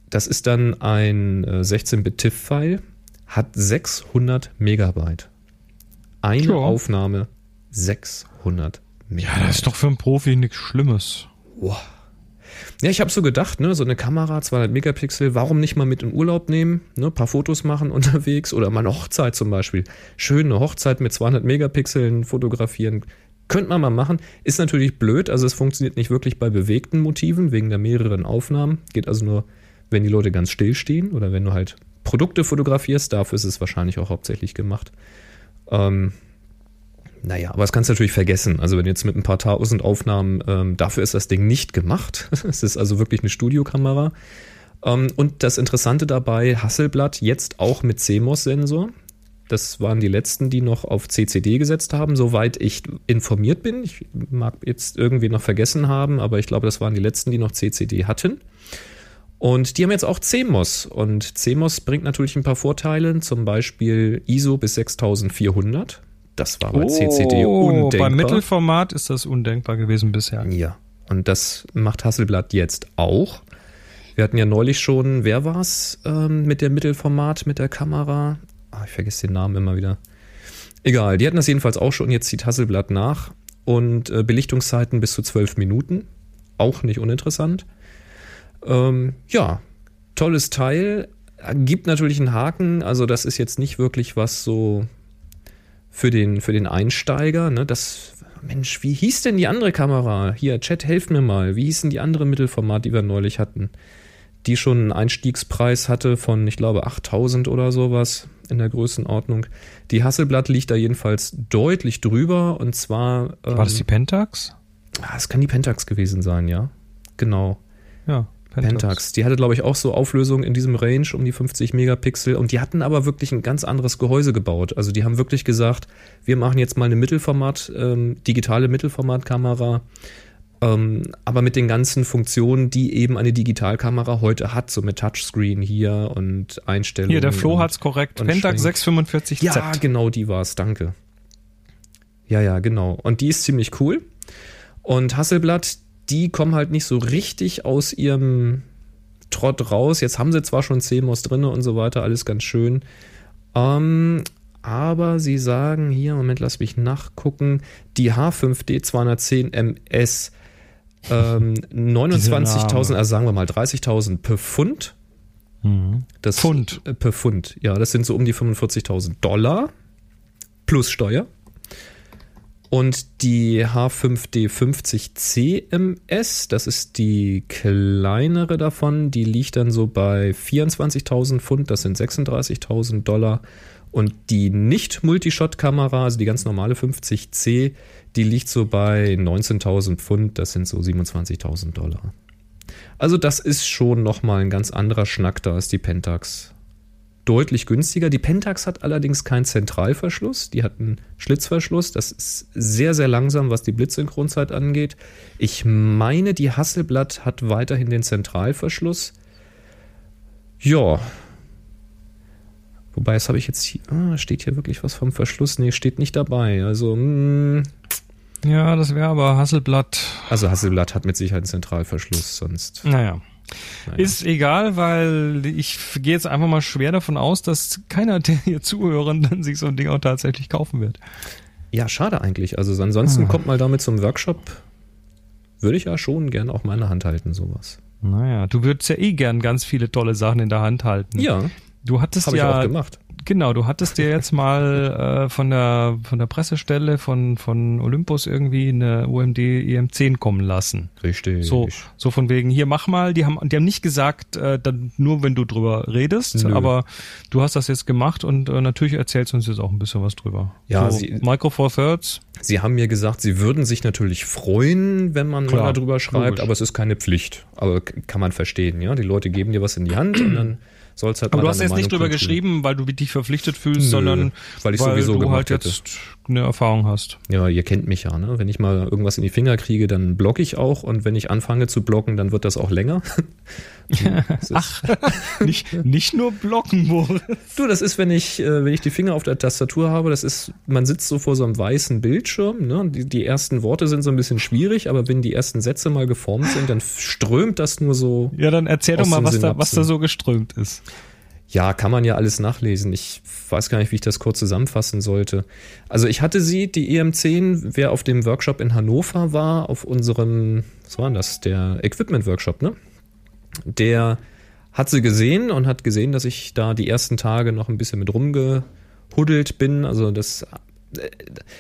S1: das ist dann ein äh, sechzehn-Bit-TIFF-File, hat sechshundert Megabyte. Eine
S2: Ja.
S1: Aufnahme, sechshundert Megabyte.
S2: Ja, das ist doch für einen Profi nichts Schlimmes.
S1: Wow. Ja, ich habe so gedacht, ne, so eine Kamera, zweihundert Megapixel, warum nicht mal mit in Urlaub nehmen, ne, ein paar Fotos machen unterwegs oder mal eine Hochzeit zum Beispiel. Schön eine Hochzeit mit zweihundert Megapixeln fotografieren, könnte man mal machen. Ist natürlich blöd, also es funktioniert nicht wirklich bei bewegten Motiven, wegen der mehreren Aufnahmen. Geht also nur, wenn die Leute ganz still stehen oder wenn du halt Produkte fotografierst, dafür ist es wahrscheinlich auch hauptsächlich gemacht. Ähm, Naja, aber das kannst du natürlich vergessen. Also wenn jetzt mit ein paar tausend Aufnahmen, ähm, dafür ist das Ding nicht gemacht. Es ist also wirklich eine Studiokamera. Ähm, und das Interessante dabei, Hasselblad jetzt auch mit C M O S-Sensor. Das waren die letzten, die noch auf C C D gesetzt haben, soweit ich informiert bin. Ich mag jetzt irgendwie noch vergessen haben, aber ich glaube, das waren die letzten, die noch C C D hatten. Und die haben jetzt auch C M O S. Und C M O S bringt natürlich ein paar Vorteile, zum Beispiel I S O bis sechstausendvierhundert. Das war bei C C D undenkbar.
S2: Beim Mittelformat ist das undenkbar gewesen bisher.
S1: Ja, und das macht Hasselblad jetzt auch. Wir hatten ja neulich schon, wer war's ähm, mit dem Mittelformat, mit der Kamera? Ah, ich vergesse den Namen immer wieder. Egal, die hatten das jedenfalls auch schon. Jetzt zieht Hasselblad nach. Und äh, Belichtungszeiten bis zu zwölf Minuten. Auch nicht uninteressant. Ähm, ja, tolles Teil. Gibt natürlich einen Haken. Also das ist jetzt nicht wirklich was so für den, für den Einsteiger. Ne? Das, Mensch, wie hieß denn die andere Kamera? Hier, Chat, helft mir mal. Wie hieß denn die andere Mittelformat, die wir neulich hatten? Die schon einen Einstiegspreis hatte von, ich glaube, achttausend oder sowas in der Größenordnung. Die Hasselblad liegt da jedenfalls deutlich drüber. Und zwar...
S2: War das die Pentax?
S1: Ah, es kann die Pentax gewesen sein, ja. Genau.
S2: Ja,
S1: Pentax. Pentax. Die hatte, glaube ich, auch so Auflösung in diesem Range um die fünfzig Megapixel. Und die hatten aber wirklich ein ganz anderes Gehäuse gebaut. Also die haben wirklich gesagt, wir machen jetzt mal eine Mittelformat, ähm, digitale Mittelformatkamera. Ähm, aber mit den ganzen Funktionen, die eben eine Digitalkamera heute hat, so mit Touchscreen hier und Einstellungen.
S2: Hier, der Flo
S1: und,
S2: hat's korrekt. Pentax sechs fünfundvierzig Z.
S1: Ja, genau, die war's, danke. Ja, ja, genau. Und die ist ziemlich cool. Und Hasselblad, die kommen halt nicht so richtig aus ihrem Trott raus. Jetzt haben sie zwar schon C M O S drin und so weiter, alles ganz schön. Ähm, aber sie sagen hier, Moment, lass mich nachgucken, die H fünf D zweihundertzehn M S ähm, neunundzwanzigtausend, also sagen wir mal dreißigtausend per Pfund.
S2: Mhm.
S1: Das,
S2: Pfund.
S1: Äh, per Pfund, ja, das sind so um die fünfundvierzigtausend Dollar plus Steuer. Und die H fünf D fünfzig C M S, das ist die kleinere davon, die liegt dann so bei vierundzwanzigtausend Pfund, das sind sechsunddreißigtausend Dollar. Und die Nicht-Multishot-Kamera, also die ganz normale fünfzig C, die liegt so bei neunzehntausend Pfund, das sind so siebenundzwanzigtausend Dollar. Also das ist schon nochmal ein ganz anderer Schnack, da ist die Pentax deutlich günstiger. Die Pentax hat allerdings keinen Zentralverschluss, die hat einen Schlitzverschluss. Das ist sehr, sehr langsam, was die Blitzsynchronzeit angeht. Ich meine, die Hasselblad hat weiterhin den Zentralverschluss. Ja. Wobei, das habe ich jetzt hier, ah, steht hier wirklich was vom Verschluss? Nee, steht nicht dabei. Also, mh.
S2: Ja, das wäre aber Hasselblad.
S1: Also Hasselblad hat mit Sicherheit einen Zentralverschluss, sonst...
S2: Naja.
S1: Naja.
S2: Ist egal, weil ich gehe jetzt einfach mal schwer davon aus, dass keiner der hier Zuhörenden sich so ein Ding auch tatsächlich kaufen wird.
S1: Ja, schade eigentlich. Also ansonsten
S2: Ah.
S1: kommt mal damit zum Workshop. Würde ich ja schon gerne auch mal in der Hand halten, sowas.
S2: Naja, du würdest ja eh gern ganz viele tolle Sachen in der Hand halten.
S1: Ja,
S2: Du hattest
S1: habe ich
S2: ja
S1: auch gemacht.
S2: Genau, du hattest dir jetzt mal äh, von der von der Pressestelle von von Olympus irgendwie eine O M D E M zehn kommen lassen.
S1: Richtig.
S2: So so von wegen hier mach mal. Die haben die haben nicht gesagt, äh, dann nur wenn du drüber redest,
S1: Nö.
S2: aber du hast das jetzt gemacht und äh, natürlich erzählst du uns jetzt auch ein bisschen was drüber.
S1: Ja,
S2: so,
S1: sie-
S2: Micro Four Thirds.
S1: Sie haben mir gesagt, Sie würden sich natürlich freuen, wenn man
S2: Klar,
S1: mal darüber schreibt,
S2: logisch.
S1: aber es ist keine Pflicht. Aber k- kann man verstehen, ja. Die Leute geben dir was in die Hand und dann soll's halt
S2: Aber
S1: mal
S2: du hast
S1: deine
S2: jetzt nicht
S1: Meinung
S2: drüber
S1: kundtun.
S2: geschrieben, weil du dich verpflichtet fühlst,
S1: Nö,
S2: sondern
S1: weil ich
S2: weil
S1: sowieso
S2: du
S1: gemacht
S2: halt
S1: hätte.
S2: jetzt eine Erfahrung hast.
S1: Ja, ihr kennt mich ja, ne? Wenn ich mal irgendwas in die Finger kriege, dann blogge ich auch und wenn ich anfange zu bloggen, dann wird das auch länger. Das ist,
S2: Ach, nicht, nicht nur blocken, Boris.
S1: du, das ist, wenn ich, äh, wenn ich die Finger auf der Tastatur habe, das ist, man sitzt so vor so einem weißen Bildschirm, ne? Die, die ersten Worte sind so ein bisschen schwierig, aber wenn die ersten Sätze mal geformt sind, dann strömt das nur so.
S2: Ja, dann erzähl doch
S1: aus
S2: mal,
S1: den
S2: was da, was
S1: Synapsen.
S2: da so geströmt ist.
S1: Ja, kann man ja alles nachlesen. Ich weiß gar nicht, wie ich das kurz zusammenfassen sollte. Also ich hatte sie, die E M zehn, wer auf dem Workshop in Hannover war, auf unserem, was war denn das, der Equipment-Workshop, ne? Der hat sie gesehen und hat gesehen, dass ich da die ersten Tage noch ein bisschen mit rumgehuddelt bin. Also das äh,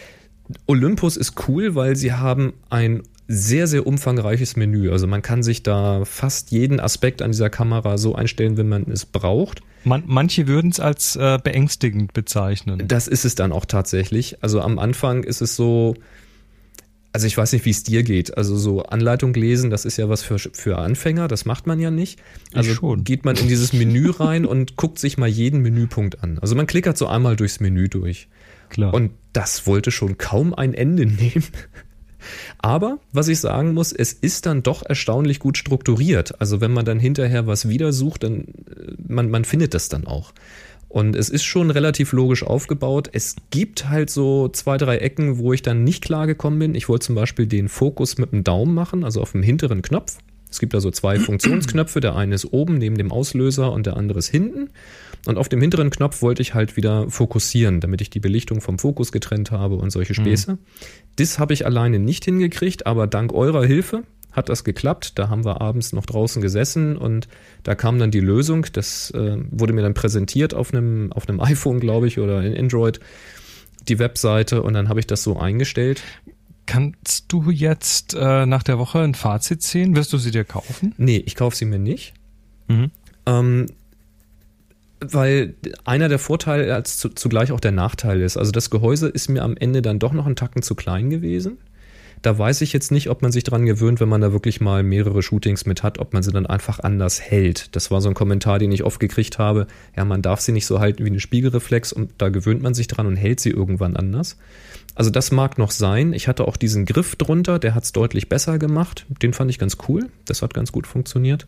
S1: Olympus ist cool, weil sie haben ein sehr, sehr umfangreiches Menü. Also man kann sich da fast jeden Aspekt an dieser Kamera so einstellen, wenn man es braucht.
S2: Man, manche würden es als äh, beängstigend bezeichnen.
S1: Das ist es dann auch tatsächlich. Also am Anfang ist es so, also ich weiß nicht, wie es dir geht. Also so Anleitung lesen, das ist ja was für, für Anfänger, das macht man ja nicht. Also
S2: Ich schon.
S1: geht man in dieses Menü rein und guckt sich mal jeden Menüpunkt an. Also man klickert so einmal durchs Menü durch.
S2: Klar.
S1: Und das wollte schon kaum ein Ende nehmen. Aber, was ich sagen muss, es ist dann doch erstaunlich gut strukturiert. Also wenn man dann hinterher was wieder sucht, dann man, man findet das dann auch. Und es ist schon relativ logisch aufgebaut. Es gibt halt so zwei, drei Ecken, wo ich dann nicht klar gekommen bin. Ich wollte zum Beispiel den Fokus mit dem Daumen machen, also auf dem hinteren Knopf. Es gibt da so zwei Funktionsknöpfe. Der eine ist oben neben dem Auslöser und der andere ist hinten. Und auf dem hinteren Knopf wollte ich halt wieder fokussieren, damit ich die Belichtung vom Fokus getrennt habe und solche Späße. Mhm. Das habe ich alleine nicht hingekriegt, aber dank eurer Hilfe hat das geklappt. Da haben wir abends noch draußen gesessen und da kam dann die Lösung. Das äh, wurde mir dann präsentiert auf einem, auf einem iPhone, glaube ich, oder in Android, die Webseite, und dann habe ich das so eingestellt.
S2: Kannst du jetzt äh, nach der Woche ein Fazit ziehen? Wirst du sie dir kaufen?
S1: Nee, ich kaufe sie mir nicht.
S2: Mhm.
S1: Ähm, weil einer der Vorteile als zu, zugleich auch der Nachteil ist. Also das Gehäuse ist mir am Ende dann doch noch einen Tacken zu klein gewesen. Da weiß ich jetzt nicht, ob man sich dran gewöhnt, wenn man da wirklich mal mehrere Shootings mit hat, ob man sie dann einfach anders hält. Das war so ein Kommentar, den ich oft gekriegt habe. Ja, man darf sie nicht so halten wie eine Spiegelreflex und da gewöhnt man sich dran und hält sie irgendwann anders. Also das mag noch sein. Ich hatte auch diesen Griff drunter, der hat es deutlich besser gemacht. Den fand ich ganz cool. Das hat ganz gut funktioniert.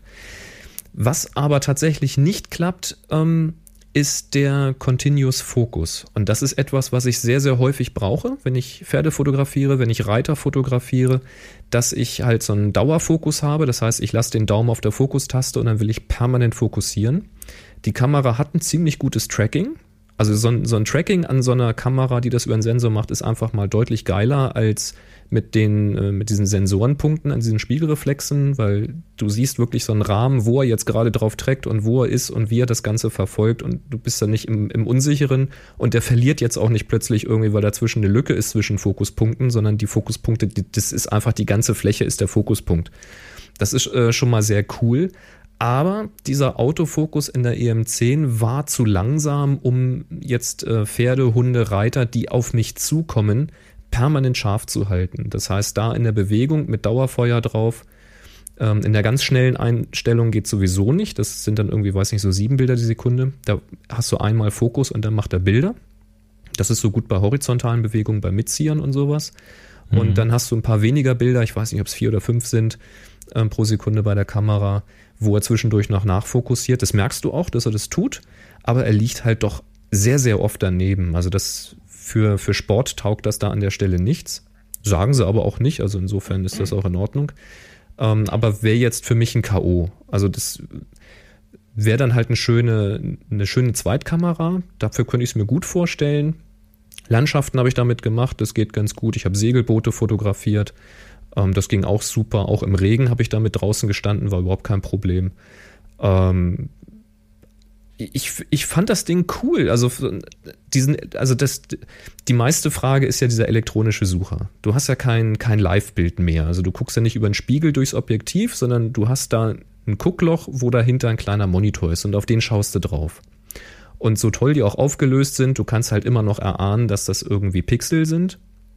S1: Was aber tatsächlich nicht klappt, ähm, ist der Continuous Focus. Und das ist etwas, was ich sehr, sehr häufig brauche, wenn ich Pferde fotografiere, wenn ich Reiter fotografiere, dass ich halt so einen Dauerfokus habe. Das heißt, ich lasse den Daumen auf der Fokustaste und dann will ich permanent fokussieren. Die Kamera hat ein ziemlich gutes Tracking. Also so ein, so ein Tracking an so einer Kamera, die das über einen Sensor macht, ist einfach mal deutlich geiler als mit den äh, mit diesen Sensorenpunkten an diesen Spiegelreflexen, weil du siehst wirklich so einen Rahmen, wo er jetzt gerade drauf trackt und wo er ist und wie er das Ganze verfolgt, und du bist dann nicht im, im Unsicheren, und der verliert jetzt auch nicht plötzlich irgendwie, weil dazwischen eine Lücke ist zwischen Fokuspunkten, sondern die Fokuspunkte, die, das ist einfach, die ganze Fläche ist der Fokuspunkt. Das ist äh, schon mal sehr cool. Aber dieser Autofokus in der E M zehn war zu langsam, um jetzt äh, Pferde, Hunde, Reiter, die auf mich zukommen, permanent scharf zu halten. Das heißt, da in der Bewegung mit Dauerfeuer drauf, ähm, in der ganz schnellen Einstellung geht sowieso nicht. Das sind dann irgendwie, weiß nicht, so sieben Bilder die Sekunde. Da hast du einmal Fokus und dann macht er Bilder. Das ist so gut bei horizontalen Bewegungen, bei Mitziehern und sowas. Mhm. Und dann hast du ein paar weniger Bilder, ich weiß nicht, ob es vier oder fünf sind, ähm, pro Sekunde bei der Kamera, wo er zwischendurch noch nachfokussiert. Das merkst du auch, dass er das tut, aber er liegt halt doch sehr, sehr oft daneben. Also das für, für Sport taugt das da an der Stelle nichts. Sagen sie aber auch nicht, also insofern ist das auch in Ordnung. Ähm, aber wäre jetzt für mich ein K O. Also das wäre dann halt eine schöne, eine schöne Zweitkamera. Dafür könnte ich es mir gut vorstellen. Landschaften habe ich damit gemacht, das geht ganz gut. Ich habe Segelboote fotografiert. Das ging auch super. Auch im Regen habe ich damit draußen gestanden, war überhaupt kein Problem. Ähm, ich, ich fand das Ding cool. Also, diesen, also das, die meiste Frage ist ja dieser elektronische Sucher. Du hast ja kein, kein Live-Bild mehr. Also du guckst ja nicht über einen Spiegel durchs Objektiv, sondern du hast da ein Guckloch, wo dahinter ein kleiner Monitor ist und auf den schaust du drauf. Und so toll die auch aufgelöst sind, du kannst halt immer noch erahnen, dass das irgendwie Pixel sind.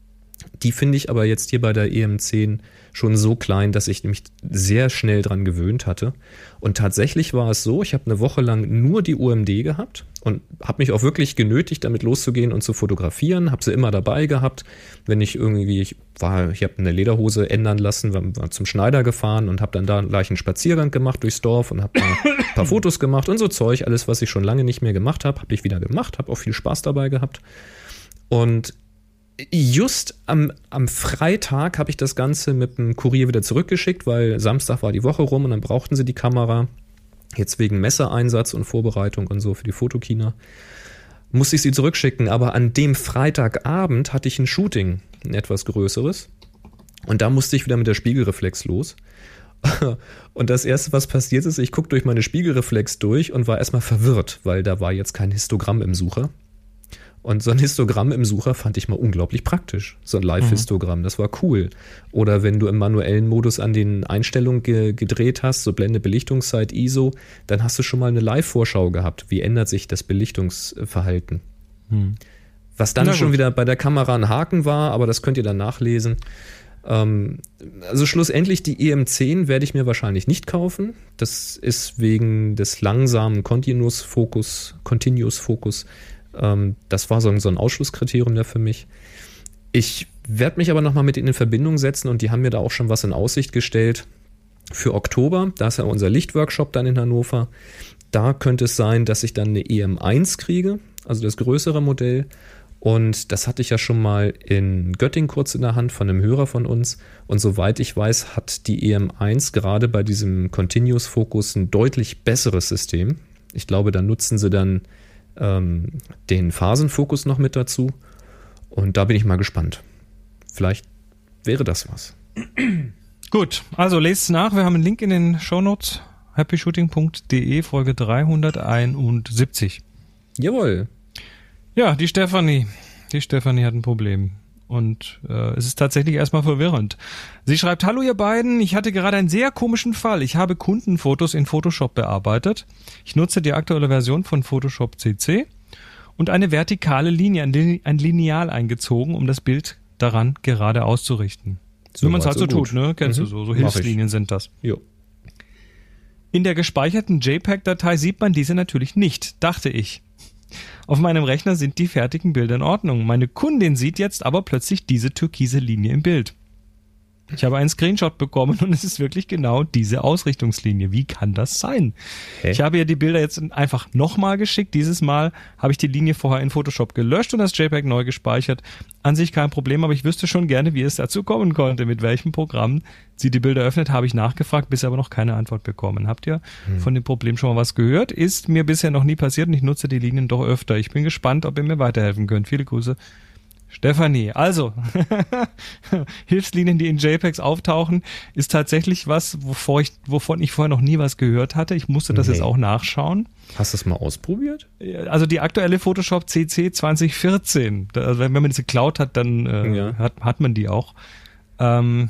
S1: Die finde ich aber jetzt hier bei der E M zehn schon so klein, dass ich mich sehr schnell dran gewöhnt hatte. Und tatsächlich war es so, ich habe eine Woche lang nur die U M D gehabt und habe mich auch wirklich genötigt, damit loszugehen und zu fotografieren. Habe sie immer dabei gehabt, wenn ich irgendwie, ich war, ich habe eine Lederhose ändern lassen, war, war zum Schneider gefahren und habe dann da gleich einen Spaziergang gemacht durchs Dorf und habe ein paar Fotos gemacht und so Zeug. Alles, was ich schon lange nicht mehr gemacht habe, habe ich wieder gemacht, habe auch viel Spaß dabei gehabt. Und just am, am Freitag habe ich das Ganze mit dem Kurier wieder zurückgeschickt, weil Samstag war die Woche rum und dann brauchten sie die Kamera. Jetzt wegen Messeeinsatz und Vorbereitung und so für die Fotokina musste ich sie zurückschicken. Aber an dem Freitagabend hatte ich ein Shooting, ein etwas größeres. Und da musste ich wieder mit der Spiegelreflex los. Und das Erste, was passiert ist, ich gucke durch meine Spiegelreflex durch und war erstmal verwirrt, weil da war jetzt kein Histogramm im Sucher. Und so ein Histogramm im Sucher fand ich mal unglaublich praktisch. So ein Live-Histogramm, das war cool. Oder wenn du im manuellen Modus an den Einstellungen ge- gedreht hast, so Blende, Belichtungszeit, I S O, dann hast du schon mal eine Live-Vorschau gehabt. Wie ändert sich das Belichtungsverhalten? Hm. Was dann schon wieder bei der Kamera ein Haken war, aber das könnt ihr dann nachlesen. Ähm, also schlussendlich die E M zehn werde ich mir wahrscheinlich nicht kaufen. Das ist wegen des langsamen Continuous-Fokus, Continuous-Fokus. Das war so ein Ausschlusskriterium da für mich. Ich werde mich aber nochmal mit ihnen in Verbindung setzen und die haben mir da auch schon was in Aussicht gestellt für Oktober. Da ist ja unser Lichtworkshop dann in Hannover. Da könnte es sein, dass ich dann eine E M eins kriege, also das größere Modell. Und das hatte ich ja schon mal in Göttingen kurz in der Hand von einem Hörer von uns. Und soweit ich weiß, hat die E M eins gerade bei diesem Continuous Focus ein deutlich besseres System. Ich glaube, da nutzen sie dann den Phasenfokus noch mit dazu und da bin ich mal gespannt. Vielleicht wäre das was.
S2: Gut, also lest nach. Wir haben einen Link in den Shownotes. happy shooting punkt de, Folge dreihunderteinundsiebzig.
S1: Jawohl.
S2: Ja, die Stefanie. Die Stefanie hat ein Problem. Und äh, es ist tatsächlich erstmal verwirrend. Sie schreibt, hallo ihr beiden, ich hatte gerade einen sehr komischen Fall. Ich habe Kundenfotos in Photoshop bearbeitet. Ich nutze die aktuelle Version von Photoshop C C und eine vertikale Linie, ein Lineal eingezogen, um das Bild daran gerade auszurichten. So, wie man es halt so tut, ne? Kennst mhm. du so, so Hilfslinien sind das.
S1: Jo.
S2: In der gespeicherten JPEG-Datei sieht man diese natürlich nicht, dachte ich. Auf meinem Rechner sind die fertigen Bilder in Ordnung. Meine Kundin sieht jetzt aber plötzlich diese türkise Linie im Bild. Ich habe einen Screenshot bekommen und es ist wirklich genau diese Ausrichtungslinie. Wie kann das sein? Hä? Ich habe ihr die Bilder jetzt einfach nochmal geschickt. Dieses Mal habe ich die Linie vorher in Photoshop gelöscht und das JPEG neu gespeichert. An sich kein Problem, aber ich wüsste schon gerne, wie es dazu kommen konnte. Mit welchem Programm sie die Bilder öffnet, habe ich nachgefragt, bisher aber noch keine Antwort bekommen. Habt ihr hm. von dem Problem schon mal was gehört? Ist mir bisher noch nie passiert und ich nutze die Linien doch öfter. Ich bin gespannt, ob ihr mir weiterhelfen könnt. Viele Grüße. Stefanie, also Hilfslinien, die in JPEGs auftauchen, ist tatsächlich was, wovor ich, wovon ich vorher noch nie was gehört hatte. Ich musste das nee. jetzt auch nachschauen.
S1: Hast du es mal ausprobiert?
S2: Also die aktuelle Photoshop C C zwanzig vierzehn, also wenn man diese Cloud hat, dann äh, ja. hat, hat man die auch. Ähm,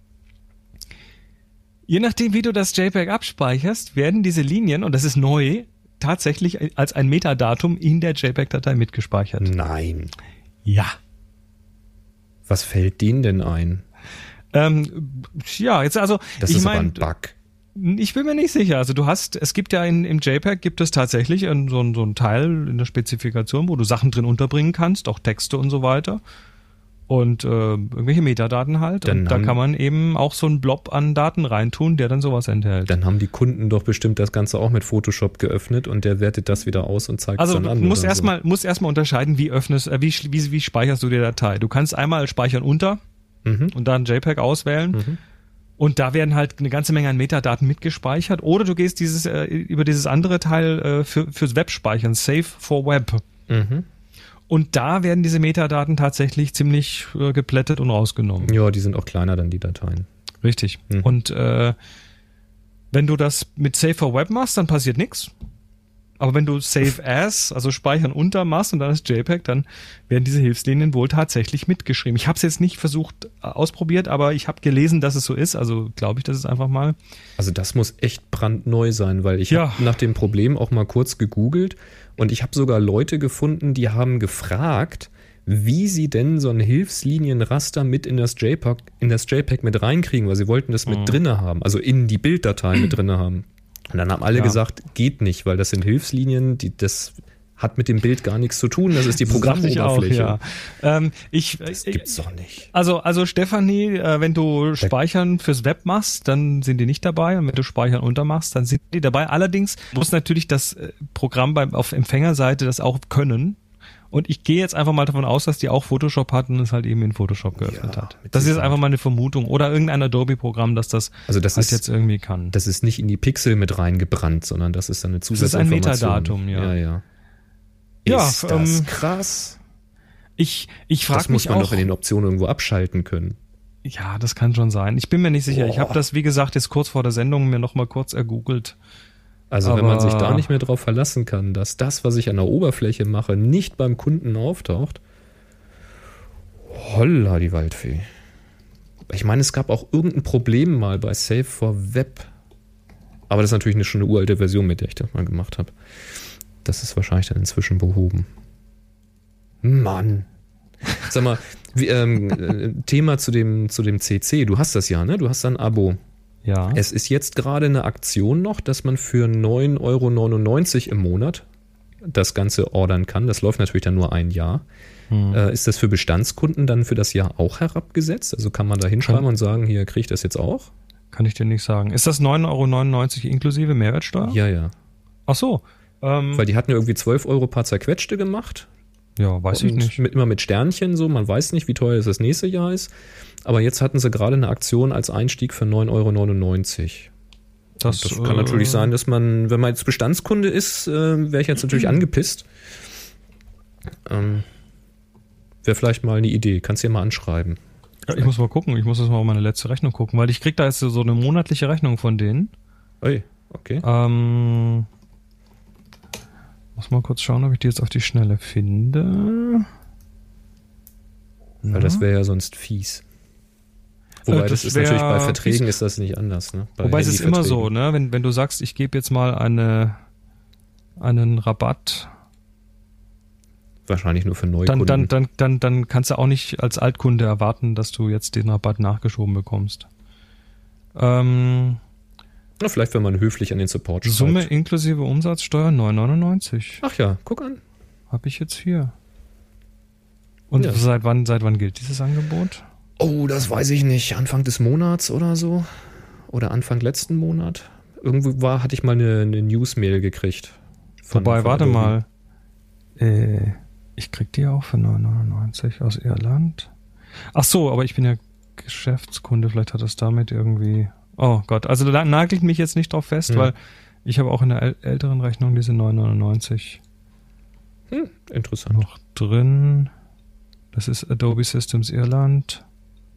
S2: je nachdem, wie du das JPEG abspeicherst, werden diese Linien, und das ist neu, tatsächlich als ein Metadatum in der JPEG-Datei mitgespeichert.
S1: Nein.
S2: Ja.
S1: Was fällt denen denn ein?
S2: Ähm, ja, jetzt also.
S1: Das
S2: ich
S1: ist
S2: mein,
S1: aber ein Bug.
S2: Ich bin mir nicht sicher. Also du hast, es gibt ja in, im JPEG gibt es tatsächlich ein, so, ein, so ein Teil in der Spezifikation, wo du Sachen drin unterbringen kannst, auch Texte und so weiter. Und äh, irgendwelche Metadaten halt.
S1: Dann
S2: und da kann man eben auch so einen Blob an Daten reintun, der dann sowas enthält.
S1: Dann haben die Kunden doch bestimmt das Ganze auch mit Photoshop geöffnet und der wertet das wieder aus und zeigt es
S2: also
S1: dann an.
S2: Also du musst erstmal so. musst erstmal unterscheiden, wie öffnest, äh, wie, wie, wie speicherst du die Datei. Du kannst einmal speichern unter mhm. und dann JPEG auswählen. Mhm. Und da werden halt eine ganze Menge an Metadaten mitgespeichert. Oder du gehst dieses äh, über dieses andere Teil äh, für, fürs Webspeichern, Save for Web. Mhm. Und da werden diese Metadaten tatsächlich ziemlich äh, geplättet und rausgenommen.
S1: Ja, die sind auch kleiner dann, die Dateien.
S2: Richtig. Mhm. Und äh, wenn du das mit Save for Web machst, dann passiert nichts. Aber wenn du Save As, also Speichern unter machst und dann das JPEG, dann werden diese Hilfslinien wohl tatsächlich mitgeschrieben. Ich habe es jetzt nicht versucht, äh, ausprobiert, aber ich habe gelesen, dass es so ist. Also glaube ich, das ist einfach mal.
S1: Also das muss echt brandneu sein, weil ich
S2: ja.
S1: habe nach dem Problem auch mal kurz gegoogelt und ich habe sogar Leute gefunden, die haben gefragt, wie sie denn so ein Hilfslinienraster mit in das JPEG, in das JPEG mit reinkriegen, weil sie wollten das mit
S2: Mhm.
S1: drinne haben, also in die Bilddatei mit drinne haben. Und dann haben alle
S2: Ja.
S1: gesagt, geht nicht, weil das sind Hilfslinien, die das hat mit dem Bild gar nichts zu tun, das ist die
S2: Das dachte ich auch,
S1: Programmoberfläche.
S2: ja. Ähm, ich,
S1: Das
S2: ich,
S1: gibt's doch nicht.
S2: Also, also Stefanie, äh, wenn du Speichern fürs Web machst, dann sind die nicht dabei. Und wenn du Speichern untermachst, dann sind die dabei. Allerdings muss natürlich das äh, Programm beim, auf Empfängerseite das auch können. Und ich gehe jetzt einfach mal davon aus, dass die auch Photoshop hat und es halt eben in Photoshop geöffnet
S1: Ja,
S2: hat.
S1: mit
S2: Das ist jetzt
S1: Sicherheit.
S2: einfach mal eine Vermutung. Oder irgendein Adobe-Programm, das das,
S1: Also das
S2: halt
S1: ist
S2: jetzt irgendwie kann.
S1: Das ist nicht in die Pixel mit reingebrannt, sondern das ist dann eine
S2: ist ein
S1: Zusatzinformation.
S2: Metadatum, ja.
S1: Ja, ja.
S2: Ja,
S1: Ist das
S2: ähm,
S1: krass?
S2: Ich, ich frage
S1: Das muss
S2: mich
S1: man
S2: auch.
S1: doch in den Optionen irgendwo abschalten können.
S2: Ja, das kann schon sein. Ich bin mir nicht sicher. Ich
S1: Boah.
S2: habe das, wie gesagt, jetzt kurz vor der Sendung mir noch mal kurz ergoogelt.
S1: Also wenn
S2: Aber-
S1: man sich da nicht mehr drauf verlassen kann, dass das, was ich an der Oberfläche mache, nicht beim Kunden auftaucht. Holla, die Waldfee. Ich meine, es gab auch irgendein Problem mal bei Save for Web. Aber das ist natürlich eine, schon eine uralte Version, mit der ich das mal gemacht habe. Das ist wahrscheinlich dann inzwischen behoben. Mann. Sag mal, wie, ähm, äh, Thema zu dem, zu dem C C. Du hast das ja, ne? Du hast ein Abo.
S2: Ja.
S1: Es ist jetzt gerade eine Aktion noch, dass man für neun Euro neunundneunzig im Monat das Ganze ordern kann. Das läuft natürlich dann nur ein Jahr.
S2: Hm.
S1: Äh, ist das für Bestandskunden dann für das Jahr auch herabgesetzt? Also kann man da hinschreiben
S2: Kann-
S1: und sagen, hier kriege ich das jetzt auch?
S2: Kann ich dir nicht sagen. Ist das neun Euro neunundneunzig inklusive Mehrwertsteuer?
S1: Ja, ja.
S2: Ach so. Ähm,
S1: Weil die hatten ja irgendwie zwölf Euro paar zerquetschte gemacht.
S2: ja, weiß ich
S1: Und
S2: nicht.
S1: Mit, immer mit Sternchen so. Man weiß nicht, wie teuer es das nächste Jahr ist. Aber jetzt hatten sie gerade eine Aktion als Einstieg für neun Euro neunundneunzig.
S2: Das,
S1: Das kann
S2: äh,
S1: natürlich sein, dass man, wenn man jetzt Bestandskunde ist, äh, wäre ich jetzt natürlich angepisst. Ähm, wäre vielleicht mal eine Idee. Kannst du ja mal anschreiben.
S2: Ja, ich muss mal gucken. Ich muss jetzt mal auf meine letzte Rechnung gucken, weil ich krieg da jetzt so eine monatliche Rechnung von denen.
S1: Ui, okay.
S2: Ähm, muss mal kurz schauen, ob ich die jetzt auf die Schnelle finde.
S1: Weil das wäre ja sonst fies. Wobei,
S2: Äh,
S1: das,
S2: das
S1: ist
S2: wär
S1: natürlich bei
S2: fies.
S1: Verträgen ist das nicht anders. Ne? Bei
S2: Wobei es ist immer so,
S1: Handyverträgen.
S2: ne? Wenn, wenn du sagst, ich gebe jetzt mal eine, einen Rabatt,
S1: Wahrscheinlich nur für
S2: dann,
S1: Neukunden.
S2: dann, dann, dann, dann kannst du auch nicht als Altkunde erwarten, dass du jetzt den Rabatt nachgeschoben bekommst. Ähm,
S1: Na, vielleicht, wenn man höflich an den Support schreibt.
S2: Summe inklusive Umsatzsteuer neun Euro neunundneunzig.
S1: Ach ja, guck an.
S2: Habe ich jetzt hier. Und
S1: Ja.
S2: seit wann, seit wann gilt dieses Angebot?
S1: Oh, das weiß ich nicht. Anfang des Monats oder so. Oder Anfang letzten Monat. Irgendwo war, hatte ich mal eine, eine News-Mail gekriegt. Von-
S2: Wobei,
S1: von
S2: warte
S1: Adobe.
S2: mal. Äh, ich krieg die auch für neun Euro neunundneunzig aus Irland. Ach so, aber ich bin ja Geschäftskunde. Vielleicht hat das damit irgendwie... Oh Gott, also da nagelt mich jetzt nicht drauf fest,
S1: Ja.
S2: weil ich habe auch in der äl- älteren Rechnung diese neun Euro neunundneunzig
S1: Hm, interessant.
S2: noch drin. Das ist Adobe Systems Irland.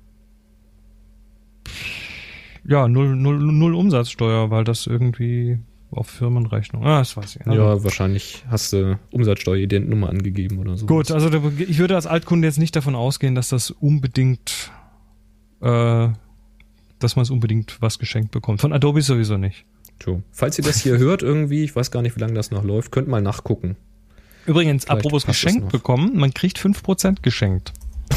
S2: Ja, null, null, null Umsatzsteuer, weil das irgendwie auf Firmenrechnung. Ah, das weiß ich. Also,
S1: Ja, wahrscheinlich hast du Umsatzsteueridentnummer angegeben oder so.
S2: Gut, also da- ich würde als Altkunde jetzt nicht davon ausgehen, dass das unbedingt, äh, dass man es unbedingt was geschenkt bekommt. Von Adobe sowieso nicht.
S1: So. Falls ihr das hier hört irgendwie, ich weiß gar nicht, wie lange das noch läuft, könnt mal nachgucken.
S2: Übrigens,
S1: Vielleicht
S2: apropos
S1: passt es
S2: geschenkt
S1: noch.
S2: bekommen, man kriegt fünf Prozent geschenkt.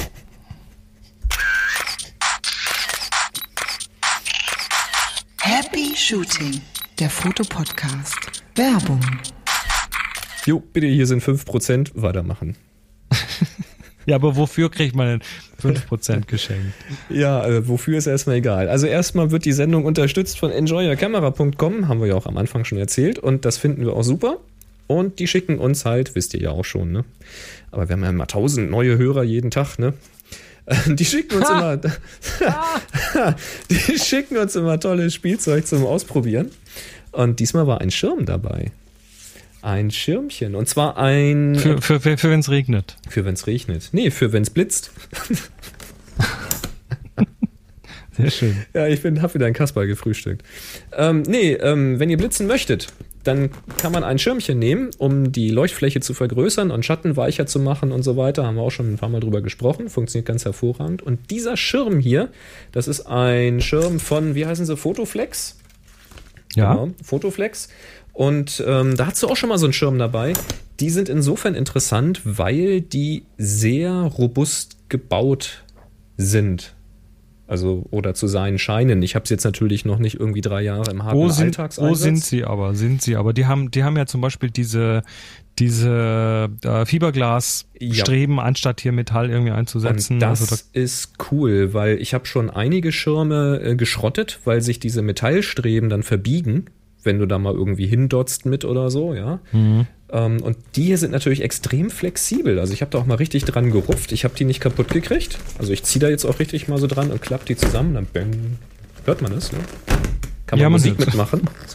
S4: Happy Shooting, der Fotopodcast. Werbung.
S1: Jo, bitte, hier sind fünf Prozent, weitermachen.
S2: Ja, aber wofür kriegt man denn fünf Prozent geschenkt?
S1: Ja, äh, wofür ist erstmal egal. Also erstmal wird die Sendung unterstützt von enjoy your camera punkt com, haben wir ja auch am Anfang schon erzählt und das finden wir auch super. Und die schicken uns halt, wisst ihr ja auch schon, ne? Aber wir haben ja immer tausend neue Hörer jeden Tag, ne? Die schicken uns immer die schicken uns immer tolles Spielzeug zum Ausprobieren. Und diesmal war ein Schirm dabei. Ein Schirmchen. Und zwar ein...
S2: Für, für, für, für wenn es regnet.
S1: Für wenn es regnet. Nee, für wenn es blitzt.
S2: Sehr schön.
S1: Ja, ich bin, hab wieder einen Kasperl gefrühstückt. Ähm, nee, ähm, wenn ihr blitzen möchtet, dann kann man ein Schirmchen nehmen, um die Leuchtfläche zu vergrößern und Schatten weicher zu machen und so weiter. Haben wir auch schon ein paar Mal drüber gesprochen. Funktioniert ganz hervorragend. Und dieser Schirm hier, das ist ein Schirm von, wie heißen sie, Photoflex?
S2: Ja.
S1: Genau, Photoflex. Und ähm, da hast du auch schon mal so einen Schirm dabei. die sind insofern interessant, weil die sehr robust gebaut sind. Also, oder zu sein scheinen. Ich habe es jetzt natürlich noch nicht irgendwie drei Jahre im harten
S2: Wo sind,
S1: Alltagseinsatz.
S2: wo sind sie aber? Sind sie aber? Die haben, die haben ja zum Beispiel diese, diese äh, Fiberglasstreben, ja. anstatt hier Metall irgendwie einzusetzen.
S1: Und das
S2: also da
S1: ist cool, weil ich habe schon einige Schirme äh, geschrottet, weil sich diese Metallstreben dann verbiegen, wenn du da mal irgendwie hindotzt mit oder so, ja.
S2: Mhm.
S1: Ähm, und die hier sind natürlich extrem flexibel. Also ich habe da auch mal richtig dran gerupft. Ich habe die nicht kaputt gekriegt. Also ich ziehe da jetzt auch richtig mal so dran und klappe die zusammen. Dann bang. Hört man das, ne? Kann man
S2: ja,
S1: Musik
S2: man
S1: mitmachen. So.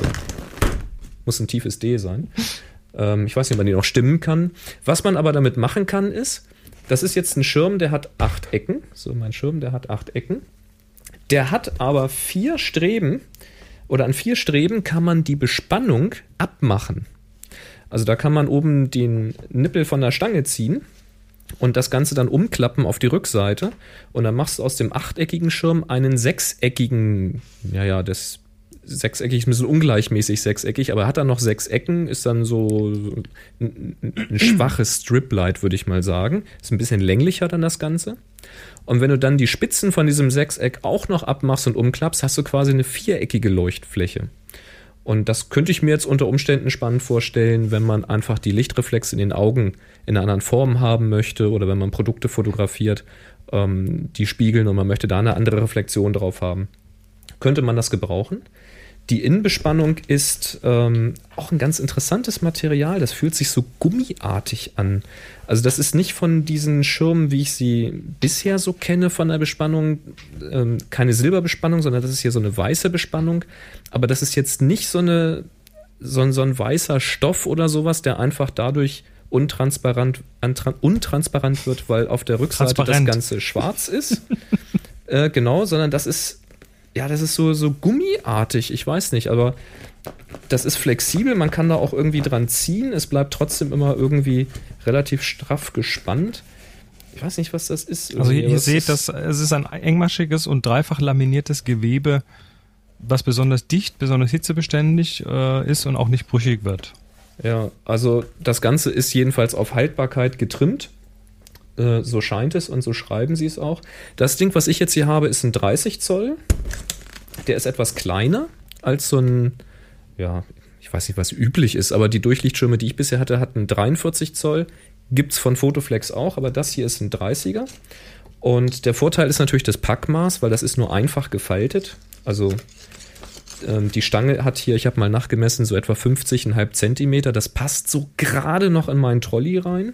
S1: Muss ein tiefes D sein. Ähm, ich weiß nicht, ob man die noch stimmen kann. Was man aber damit machen kann, ist, das ist jetzt ein Schirm, der hat acht Ecken. So, mein Schirm, der hat acht Ecken. Der hat aber vier Streben. Oder an vier Streben kann man die Bespannung abmachen. Also da kann man oben den Nippel von der Stange ziehen und das Ganze dann umklappen auf die Rückseite. Und dann machst du aus dem achteckigen Schirm einen sechseckigen, ja, ja, das sechseckig ist ein bisschen ungleichmäßig sechseckig, aber hat dann noch sechs Ecken, ist dann so ein, ein schwaches Striplight, würde ich mal sagen. Ist ein bisschen länglicher dann das Ganze. Und wenn du dann die Spitzen von diesem Sechseck auch noch abmachst und umklappst, hast du quasi eine viereckige Leuchtfläche. Und das könnte ich mir jetzt unter Umständen spannend vorstellen, wenn man einfach die Lichtreflexe in den Augen in einer anderen Form haben möchte oder wenn man Produkte fotografiert, ähm, die spiegeln und man möchte da eine andere Reflexion drauf haben. Könnte man das gebrauchen? Die Innenbespannung ist ähm, auch ein ganz interessantes Material. Das fühlt sich so gummiartig an. Also das ist nicht von diesen Schirmen, wie ich sie bisher so kenne von der Bespannung, ähm, keine Silberbespannung, sondern das ist hier so eine weiße Bespannung. Aber das ist jetzt nicht so, eine, so, ein, so ein weißer Stoff oder sowas, der einfach dadurch untransparent, antran, untransparent wird, weil auf der Rückseite das Ganze schwarz ist. äh, genau, sondern das ist Ja, das ist so, so gummiartig, ich weiß nicht, aber das ist flexibel, man kann da auch irgendwie dran ziehen, es bleibt trotzdem immer irgendwie relativ straff gespannt. Ich weiß nicht, was das ist.
S2: Also ihr, ihr seht,
S1: ist
S2: dass es ist ein engmaschiges und dreifach laminiertes Gewebe, was besonders dicht, besonders hitzebeständig äh, ist und auch nicht brüchig wird.
S1: Ja, also das Ganze ist jedenfalls auf Haltbarkeit getrimmt. So scheint es und so schreiben sie es auch. Das Ding, was ich jetzt hier habe, ist ein dreißig Zoll. Der ist etwas kleiner als so ein, ja, ich weiß nicht, was üblich ist, aber die Durchlichtschirme, die ich bisher hatte, hatten dreiundvierzig Zoll. Gibt es von Fotoflex auch, aber das hier ist ein dreißiger. Und der Vorteil ist natürlich das Packmaß, weil das ist nur einfach gefaltet. Also ähm, die Stange hat hier, ich habe mal nachgemessen, so etwa fünfzig Komma fünf Zentimeter. Das passt so gerade noch in meinen Trolley rein.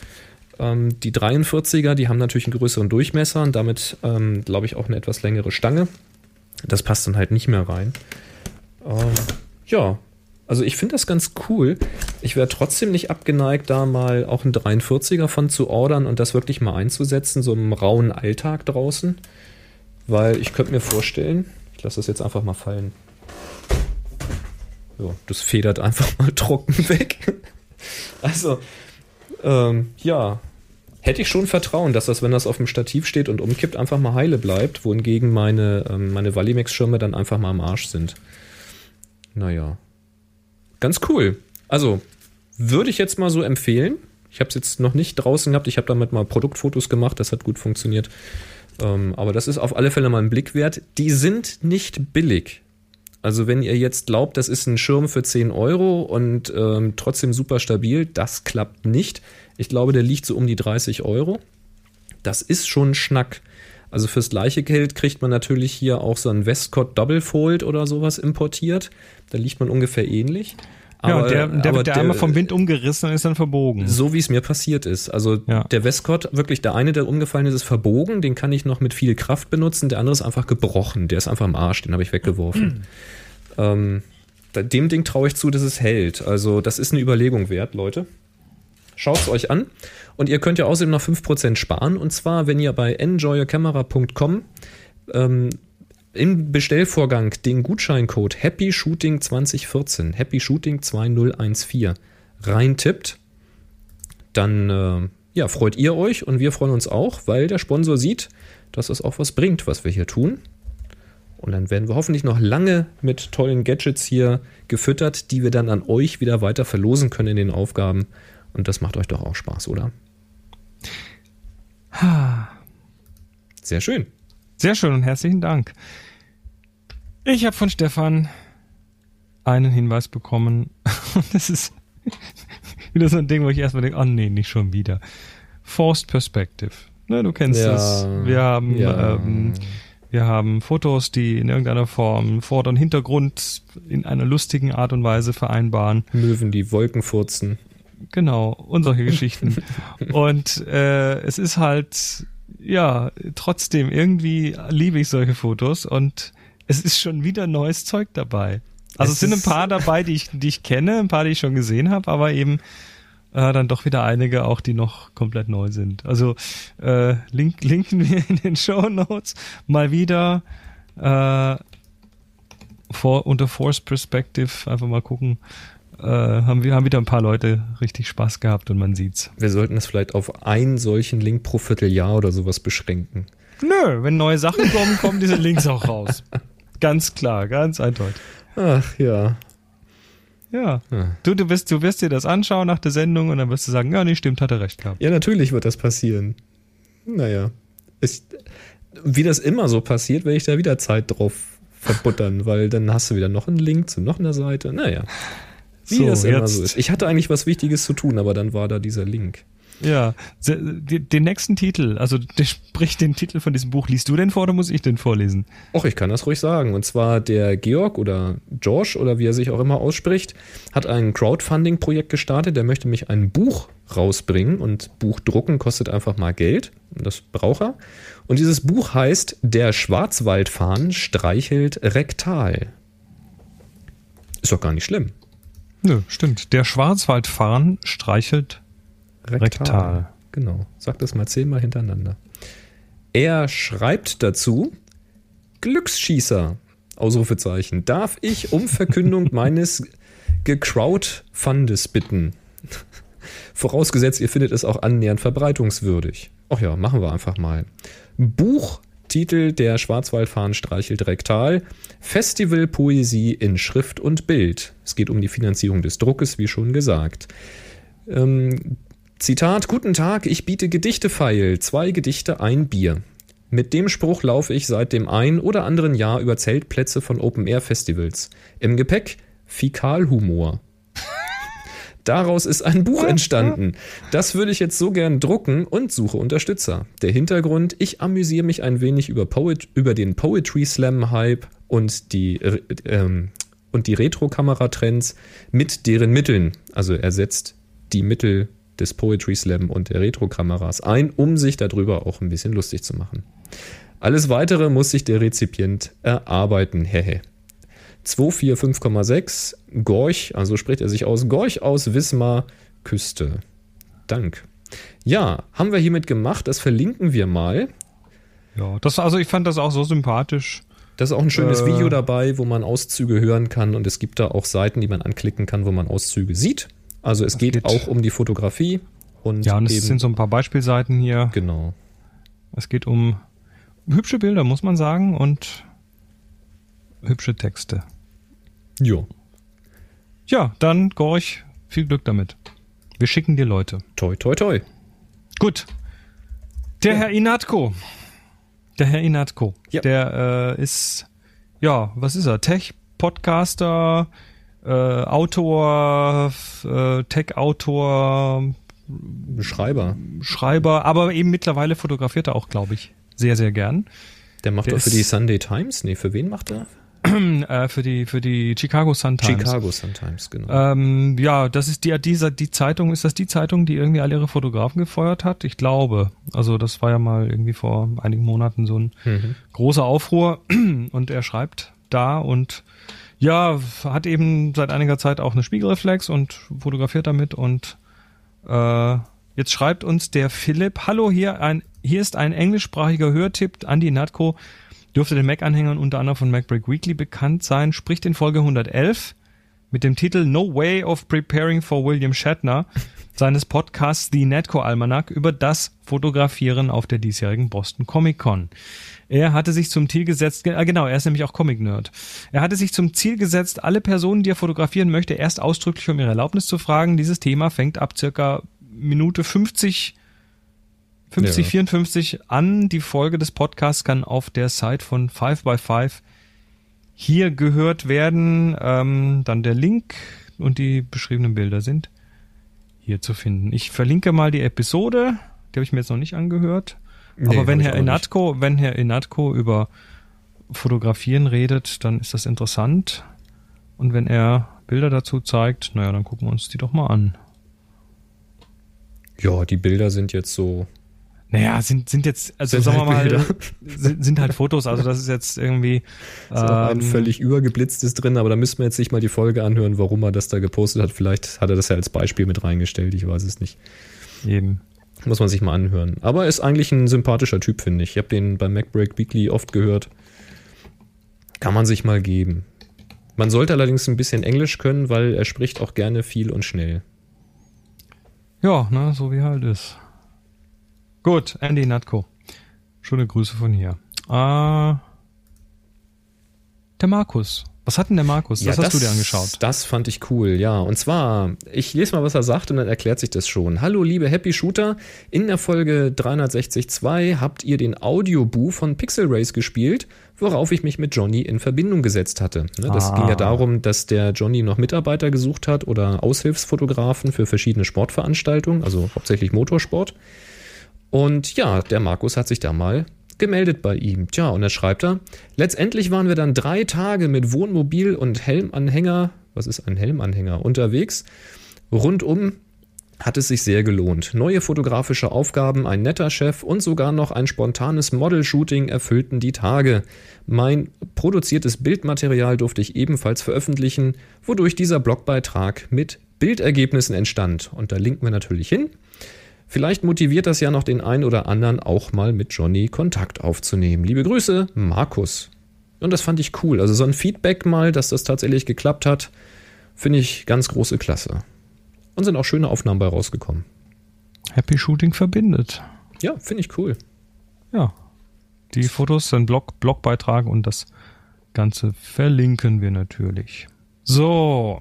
S1: Die dreiundvierziger, die haben natürlich einen größeren Durchmesser und damit, ähm, glaube ich, auch eine etwas längere Stange. Das passt dann halt nicht mehr rein. Ähm, ja, also ich finde das ganz cool. Ich wäre trotzdem nicht abgeneigt, da mal auch einen dreiundvierziger von zu ordern und das wirklich mal einzusetzen, so im rauen Alltag draußen. Weil ich könnte mir vorstellen, ich lasse das jetzt einfach mal fallen. So, das federt einfach mal trocken weg. Also, Ähm, ja, hätte ich schon Vertrauen, dass das, wenn das auf dem Stativ steht und umkippt, einfach mal heile bleibt, wohingegen meine, ähm, meine Valimex-Schirme dann einfach mal am Arsch sind. Naja, ganz cool. Also, würde ich jetzt mal so empfehlen. Ich habe es jetzt noch nicht draußen gehabt, ich habe damit mal Produktfotos gemacht, das hat gut funktioniert. Ähm, aber das ist auf alle Fälle mal ein Blick wert. Die sind nicht billig. Also wenn ihr jetzt glaubt, das ist ein Schirm für zehn Euro und ähm, trotzdem super stabil, das klappt nicht. Ich glaube, der liegt so um die dreißig Euro. Das ist schon ein Schnack. Also fürs gleiche Geld kriegt man natürlich hier auch so ein Westcott Double Fold oder sowas importiert. Da liegt man ungefähr ähnlich.
S2: Ja,
S1: aber,
S2: und der, der
S1: aber
S2: wird der einmal vom Wind umgerissen und ist dann verbogen.
S1: So wie es mir passiert ist. Also
S2: ja. Der
S1: Westcott, wirklich der eine, der umgefallen ist, ist verbogen. Den kann ich noch mit viel Kraft benutzen. Der andere ist einfach gebrochen. Der ist einfach im Arsch. Den habe ich weggeworfen. ähm, dem Ding traue ich zu, dass es hält. Also das ist eine Überlegung wert, Leute. Schaut es euch an. Und ihr könnt ja außerdem noch fünf Prozent sparen. Und zwar, wenn ihr bei enjoy your camera punkt com ähm, im Bestellvorgang den Gutscheincode Happy Shooting zwanzig vierzehn, Happy Shooting zweitausend vierzehn reintippt, dann äh, ja, freut ihr euch und wir freuen uns auch, weil der Sponsor sieht, dass es auch was bringt, was wir hier tun. Und dann werden wir hoffentlich noch lange mit tollen Gadgets hier gefüttert, die wir dann an euch wieder weiter verlosen können in den Aufgaben. Und das macht euch doch auch Spaß, oder? Sehr schön.
S2: Sehr schön und herzlichen Dank. Ich habe von Stefan einen Hinweis bekommen. Das ist wieder so ein Ding, wo ich erstmal denke, oh nee, nicht schon wieder. Forced Perspective. Ne, du kennst
S1: ja,
S2: das. Wir haben,
S1: ja.
S2: ähm, wir haben Fotos, die in irgendeiner Form Vorder- und Hintergrund in einer lustigen Art und Weise vereinbaren.
S1: Möwen, die Wolken furzen.
S2: Genau, und solche Geschichten. Und äh, es ist halt, ja, trotzdem, irgendwie liebe ich solche Fotos und es ist schon wieder neues Zeug dabei. Also es, es sind ein paar dabei, die ich, die ich kenne, ein paar, die ich schon gesehen habe, aber eben äh, dann doch wieder einige auch, die noch komplett neu sind. Also äh, link, linken wir in den Shownotes mal wieder äh, vor, unter Forced Perspective einfach mal gucken. Äh, haben wir haben wieder ein paar Leute richtig Spaß gehabt und man sieht's.
S1: Wir sollten es vielleicht auf einen solchen Link pro Vierteljahr oder sowas beschränken.
S2: Nö, wenn neue Sachen kommen, kommen diese Links auch raus. Ganz klar, ganz eindeutig.
S1: Ach ja.
S2: Ja. ja. Du, du, wirst, du wirst dir das anschauen nach der Sendung und dann wirst du sagen, ja, nee, stimmt, hat er recht gehabt.
S1: Ja, natürlich wird das passieren. Naja. Ich, wie das immer so passiert, werde ich da wieder Zeit drauf verbuttern, weil dann hast du wieder noch einen Link zu noch einer Seite. Naja. Wie so, das immer jetzt. so ist. Ich hatte eigentlich was Wichtiges zu tun, aber dann war da dieser Link.
S2: Ja, den nächsten Titel, also der spricht den Titel von diesem Buch. Liest du den vor oder muss ich den vorlesen?
S1: Och, ich kann das ruhig sagen. Und zwar der Georg oder George oder wie er sich auch immer ausspricht, hat ein Crowdfunding-Projekt gestartet. Der möchte mich ein Buch rausbringen und Buch drucken kostet einfach mal Geld. Das braucht er. Und dieses Buch heißt Der Schwarzwaldfarn streichelt rektal. Ist doch gar nicht schlimm.
S2: Nö, stimmt. Der Schwarzwaldfarn streichelt rektal. rektal.
S1: Genau. Sag das mal zehnmal hintereinander. Er schreibt dazu: Glücksschießer, Ausrufezeichen, darf ich um Verkündung meines Gecrowdfundes bitten? Vorausgesetzt, ihr findet es auch annähernd verbreitungswürdig. Ach ja, machen wir einfach mal. Buchtitel: Der Schwarzwaldfarn streichelt rektal. Festivalpoesie in Schrift und Bild. Es geht um die Finanzierung des Druckes, wie schon gesagt. Ähm, Zitat: Guten Tag, ich biete Gedichtefeil. Zwei Gedichte, ein Bier. Mit dem Spruch laufe ich seit dem ein oder anderen Jahr über Zeltplätze von Open-Air-Festivals. Im Gepäck Fäkalhumor. Daraus ist ein Buch entstanden. Das würde ich jetzt so gern drucken und suche Unterstützer. Der Hintergrund: Ich amüsiere mich ein wenig über, Poet, über den Poetry Slam Hype und die, ähm, und die Retro-Kamera-Trends mit deren Mitteln. Also er setzt die Mittel des Poetry Slam und der Retro-Kameras ein, um sich darüber auch ein bisschen lustig zu machen. Alles Weitere muss sich der Rezipient erarbeiten. Hehe. zwei vier fünf Komma sechs Gorch, also spricht er sich aus, Gorch aus Wismar, Küste. Dank. Ja, haben wir hiermit gemacht, das verlinken wir mal.
S2: Ja, das, also ich fand das auch so sympathisch.
S1: Da ist auch ein schönes
S2: äh,
S1: Video dabei, wo man Auszüge hören kann und es gibt da auch Seiten, die man anklicken kann, wo man Auszüge sieht. Also es geht, geht auch um die Fotografie. Und
S2: ja, und es
S1: eben,
S2: sind so ein paar Beispielseiten hier.
S1: Genau.
S2: Es geht um hübsche Bilder, muss man sagen, und hübsche Texte.
S1: Jo.
S2: Ja, dann Gorch, viel Glück damit. Wir schicken dir Leute.
S1: Toi, toi, toi.
S2: Gut. Der
S1: ja.
S2: Herr Inatko. Der Herr Inatko.
S1: Ja.
S2: Der äh, ist, ja, was ist er? Tech-Podcaster, äh, Autor, äh, Tech-Autor,
S1: Schreiber.
S2: Schreiber, aber eben mittlerweile fotografiert er auch, glaube ich, sehr, sehr gern.
S1: Der macht
S2: Der
S1: doch für die Sunday Times? Nee, für wen macht er?
S2: äh, für die für die Chicago Sun-Times.
S1: Chicago Sun-Times, genau.
S2: Ähm, ja, das ist die, dieser, die Zeitung, ist das die Zeitung, die irgendwie alle ihre Fotografen gefeuert hat? Ich glaube. Also das war ja mal irgendwie vor einigen Monaten so ein mhm. großer Aufruhr und er schreibt da und ja, hat eben seit einiger Zeit auch eine Spiegelreflex und fotografiert damit und äh, jetzt schreibt uns der Philipp: Hallo, hier ein hier ist ein englischsprachiger Hörtipp an die Inatko. Dürfte den Mac-Anhängern unter anderem von MacBreak Weekly bekannt sein, spricht in Folge hundertelf mit dem Titel No Way of Preparing for William Shatner seines Podcasts The Netco Almanac über das Fotografieren auf der diesjährigen Boston Comic Con. Er hatte sich zum Ziel gesetzt, äh, genau, er ist nämlich auch Comic-Nerd. Er hatte sich zum Ziel gesetzt, alle Personen, die er fotografieren möchte, erst ausdrücklich um ihre Erlaubnis zu fragen. Dieses Thema fängt ab circa Minute fünfzig, fünfzig, ja. vierundfünfzig an. Die Folge des Podcasts kann auf der Site von five by five hier gehört werden. Ähm, dann der Link und die beschriebenen Bilder sind hier zu finden. Ich verlinke mal die Episode, die habe ich mir jetzt noch nicht angehört. Nee, aber wenn Herr Ihnatko, wenn Herr Ihnatko über Fotografieren redet, dann ist das interessant. Und wenn er Bilder dazu zeigt, naja, dann gucken wir uns die doch mal an.
S1: Ja, die Bilder sind jetzt so...
S2: Naja, sind, sind jetzt, also sind sagen wir halt mal, sind, sind halt Fotos, also das ist jetzt irgendwie...
S1: Ist ähm, auch ein völlig übergeblitztes drin, aber da müssen wir jetzt nicht mal die Folge anhören, warum er das da gepostet hat. Vielleicht hat er das ja als Beispiel mit reingestellt, ich weiß es nicht.
S2: Eben.
S1: Muss man sich mal anhören. Aber er ist eigentlich ein sympathischer Typ, finde ich. Ich habe den bei MacBreak Weekly oft gehört. Kann man sich mal geben. Man sollte allerdings ein bisschen Englisch können, weil er spricht auch gerne viel und schnell.
S2: Ja, ne, so wie halt ist. Gut, Andy Ihnatko. Schöne Grüße von hier. Ah, der Markus. Was hat denn der Markus? Das ja, hast das, du dir angeschaut.
S1: Das fand ich cool, ja. Und zwar, ich lese mal, was er sagt und dann erklärt sich das schon. Hallo, liebe Happy Shooter. In der Folge dreihundertsechzig Komma zwei habt ihr den Audioboo von Pixel Race gespielt, worauf ich mich mit Johnny in Verbindung gesetzt hatte. Das ah. ging ja darum, dass der Johnny noch Mitarbeiter gesucht hat oder Aushilfsfotografen für verschiedene Sportveranstaltungen, also hauptsächlich Motorsport. Und ja, der Markus hat sich da mal gemeldet bei ihm. Tja, und da schreibt er, letztendlich waren wir dann drei Tage mit Wohnmobil und Helmanhänger, was ist ein Helmanhänger, unterwegs. Rundum hat es sich sehr gelohnt. Neue fotografische Aufgaben, ein netter Chef und sogar noch ein spontanes Model-Shooting erfüllten die Tage. Mein produziertes Bildmaterial durfte ich ebenfalls veröffentlichen, wodurch dieser Blogbeitrag mit Bildergebnissen entstand. Und da linken wir natürlich hin. Vielleicht motiviert das ja noch den einen oder anderen, auch mal mit Johnny Kontakt aufzunehmen. Liebe Grüße, Markus. Und das fand ich cool. Also so ein Feedback mal, dass das tatsächlich geklappt hat, finde ich ganz große Klasse. Und sind auch schöne Aufnahmen bei rausgekommen.
S2: Happy Shooting verbindet.
S1: Ja, finde ich cool.
S2: Ja, die Fotos sind Blog, Blogbeitrag und das Ganze verlinken wir natürlich. So.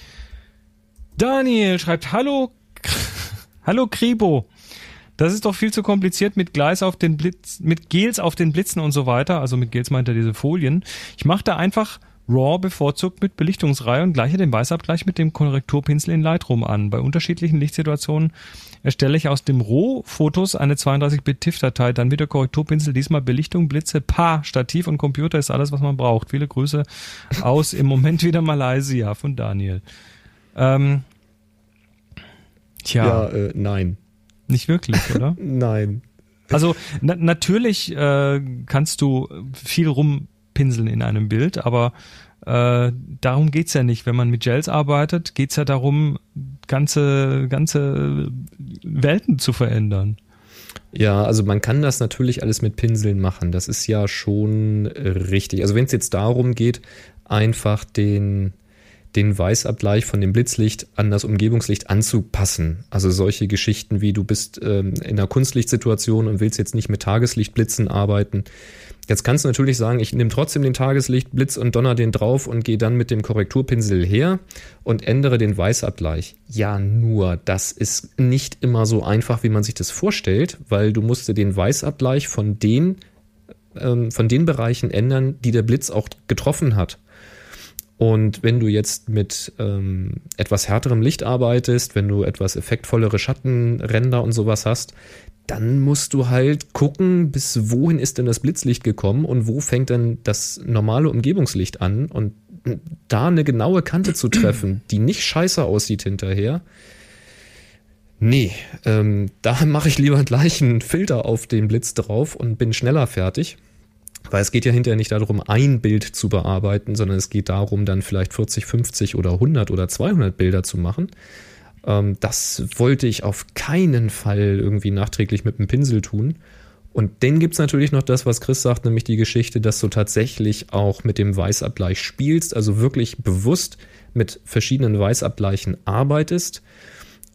S2: Daniel schreibt, hallo... Hallo Kribo, das ist doch viel zu kompliziert mit Gleis auf den Blitz, mit Gels auf den Blitzen und so weiter. Also mit Gels meint er diese Folien. Ich mache da einfach RAW bevorzugt mit Belichtungsreihe und gleiche den Weißabgleich mit dem Korrekturpinsel in Lightroom an. Bei unterschiedlichen Lichtsituationen erstelle ich aus dem RAW-Fotos eine zweiunddreißig Bit TIFF-Datei, dann wieder Korrekturpinsel, diesmal Belichtung, Blitze, Pa, Stativ und Computer ist alles, was man braucht. Viele Grüße aus im Moment wieder Malaysia von Daniel. Ähm... Tja.
S1: Ja, äh, nein.
S2: Nicht wirklich, oder?
S1: Nein.
S2: Also na- natürlich äh, kannst du viel rumpinseln in einem Bild, aber äh, darum geht's ja nicht. Wenn man mit Gels arbeitet, geht's ja darum, ganze, ganze Welten zu verändern.
S1: Ja, also man kann das natürlich alles mit Pinseln machen. Das ist ja schon richtig. Also wenn es jetzt darum geht, einfach den... den Weißabgleich von dem Blitzlicht an das Umgebungslicht anzupassen. Also solche Geschichten wie du bist ähm, in einer Kunstlichtsituation und willst jetzt nicht mit Tageslichtblitzen arbeiten. Jetzt kannst du natürlich sagen, ich nehme trotzdem den Tageslichtblitz und donner den drauf und gehe dann mit dem Korrekturpinsel her und ändere den Weißabgleich. Ja, nur das ist nicht immer so einfach, wie man sich das vorstellt, weil du musst den Weißabgleich von den, ähm, von den Bereichen ändern, die der Blitz auch getroffen hat. Und wenn du jetzt mit ähm, etwas härterem Licht arbeitest, wenn du etwas effektvollere Schattenränder und sowas hast, dann musst du halt gucken, bis wohin ist denn das Blitzlicht gekommen und wo fängt dann das normale Umgebungslicht an. Und da eine genaue Kante zu treffen, die nicht scheiße aussieht hinterher, nee, ähm, da mache ich lieber gleich einen Filter auf den Blitz drauf und bin schneller fertig. Weil es geht ja hinterher nicht darum, ein Bild zu bearbeiten, sondern es geht darum, dann vielleicht vierzig, fünfzig oder hundert oder zweihundert Bilder zu machen. Ähm, das wollte ich auf keinen Fall irgendwie nachträglich mit dem Pinsel tun. Und dann gibt es natürlich noch das, was Chris sagt, nämlich die Geschichte, dass du tatsächlich auch mit dem Weißabgleich spielst, also wirklich bewusst mit verschiedenen Weißabgleichen arbeitest.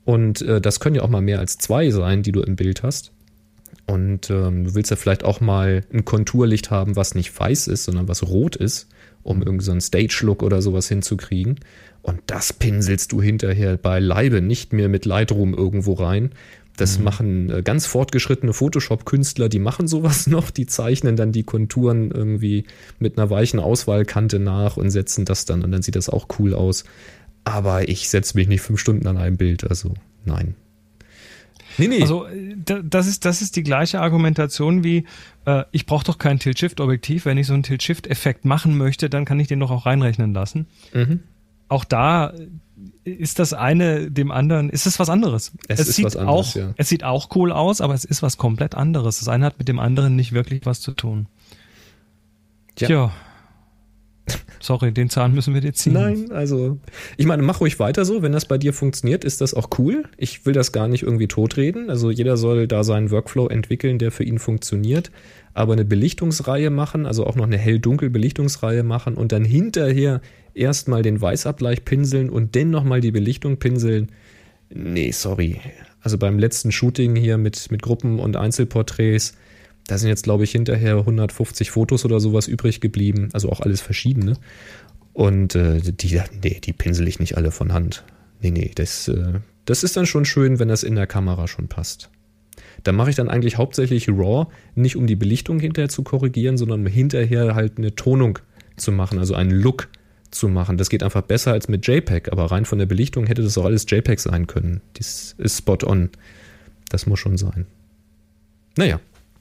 S1: Und äh, das können ja auch mal mehr als zwei sein, die du im Bild hast. Und ähm, du willst ja vielleicht auch mal ein Konturlicht haben, was nicht weiß ist, sondern was rot ist, um irgendwie so einen Stage-Look oder sowas hinzukriegen. Und das pinselst du hinterher beileibe nicht mehr mit Lightroom irgendwo rein. Das mhm. machen äh, ganz fortgeschrittene Photoshop-Künstler, die machen sowas noch, die zeichnen dann die Konturen irgendwie mit einer weichen Auswahlkante nach und setzen das dann und dann sieht das auch cool aus. Aber ich setze mich nicht fünf Stunden an einem Bild, also nein.
S2: Nee, nee. Also das ist, das ist die gleiche Argumentation wie, äh, ich brauche doch kein Tilt-Shift-Objektiv. Wenn ich so einen Tilt-Shift-Effekt machen möchte, dann kann ich den doch auch reinrechnen lassen. Mhm. Auch da ist das eine dem anderen, ist es was anderes.
S1: Es,
S2: es
S1: ist
S2: sieht
S1: was anderes,
S2: auch,
S1: ja.
S2: Es sieht auch cool aus, aber es ist was komplett anderes. Das eine hat mit dem anderen nicht wirklich was zu tun.
S1: Tja.
S2: Tja. Sorry, den Zahn müssen wir dir ziehen.
S1: Nein, also ich meine, mach ruhig weiter so. Wenn das bei dir funktioniert, ist das auch cool. Ich will das gar nicht irgendwie totreden. Also jeder soll da seinen Workflow entwickeln, der für ihn funktioniert. Aber eine Belichtungsreihe machen, also auch noch eine hell-dunkel-Belichtungsreihe machen und dann hinterher erstmal den Weißabgleich pinseln und dann nochmal die Belichtung pinseln. Nee, sorry. Also beim letzten Shooting hier mit, mit Gruppen- und Einzelporträts, da sind jetzt, glaube ich, hinterher hundertfünfzig Fotos oder sowas übrig geblieben. Also auch alles verschiedene. Und äh, die, nee, die pinsel ich nicht alle von Hand. Nee, nee, das, äh, das ist dann schon schön, wenn das in der Kamera schon passt. Da mache ich dann eigentlich hauptsächlich RAW, nicht um die Belichtung hinterher zu korrigieren, sondern um hinterher halt eine Tonung zu machen, also einen Look zu machen. Das geht einfach besser als mit JPEG, aber rein von der Belichtung hätte das auch alles JPEG sein können. Das ist spot on. Das muss schon sein. Naja.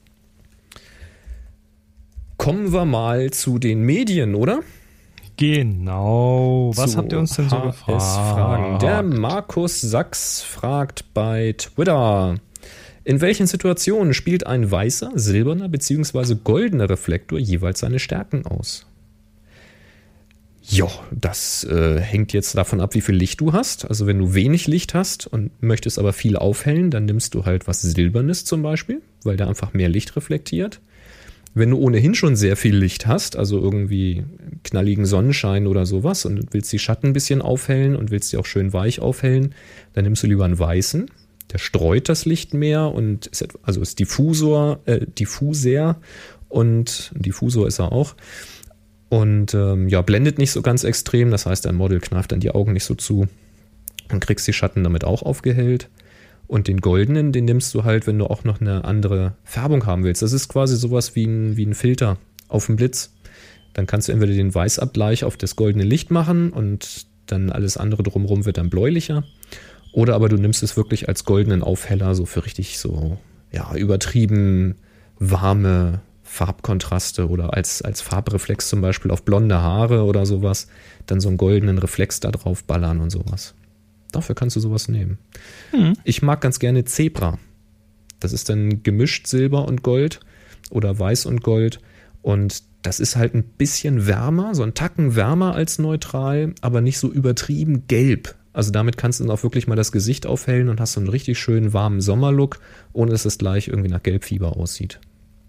S1: Kommen wir mal zu den Medien, oder?
S2: Genau. Was
S1: zu
S2: habt ihr uns denn so gefragt?
S1: Fragen. Der Markus Sachs fragt bei Twitter: In welchen Situationen spielt ein weißer, silberner bzw. goldener Reflektor jeweils seine Stärken aus? Ja, das äh, hängt jetzt davon ab, wie viel Licht du hast. Also wenn du wenig Licht hast und möchtest aber viel aufhellen, dann nimmst du halt was Silbernes zum Beispiel, weil der einfach mehr Licht reflektiert. Wenn du ohnehin schon sehr viel Licht hast, also irgendwie knalligen Sonnenschein oder sowas und willst die Schatten ein bisschen aufhellen und willst sie auch schön weich aufhellen, dann nimmst du lieber einen weißen. Der streut das Licht mehr und ist, also ist Diffusor, äh, Diffuser und Diffusor ist er auch. Und ähm, ja, blendet nicht so ganz extrem, das heißt, dein Model kneift dann die Augen nicht so zu und kriegst die Schatten damit auch aufgehellt. Und den goldenen, den nimmst du halt, wenn du auch noch eine andere Färbung haben willst. Das ist quasi sowas wie ein, wie ein Filter auf dem Blitz. Dann kannst du entweder den Weißabgleich auf das goldene Licht machen und dann alles andere drumherum wird dann bläulicher. Oder aber du nimmst es wirklich als goldenen Aufheller, so für richtig so, ja, übertrieben warme Farbkontraste oder als, als Farbreflex zum Beispiel auf blonde Haare oder sowas. Dann so einen goldenen Reflex da drauf ballern und sowas. Dafür kannst du sowas nehmen. Hm. Ich mag ganz gerne Zebra. Das ist dann gemischt Silber und Gold oder Weiß und Gold. Und das ist halt ein bisschen wärmer, so ein Tacken wärmer als neutral, aber nicht so übertrieben gelb. Also damit kannst du dann auch wirklich mal das Gesicht aufhellen und hast so einen richtig schönen warmen Sommerlook, ohne dass es gleich irgendwie nach Gelbfieber aussieht.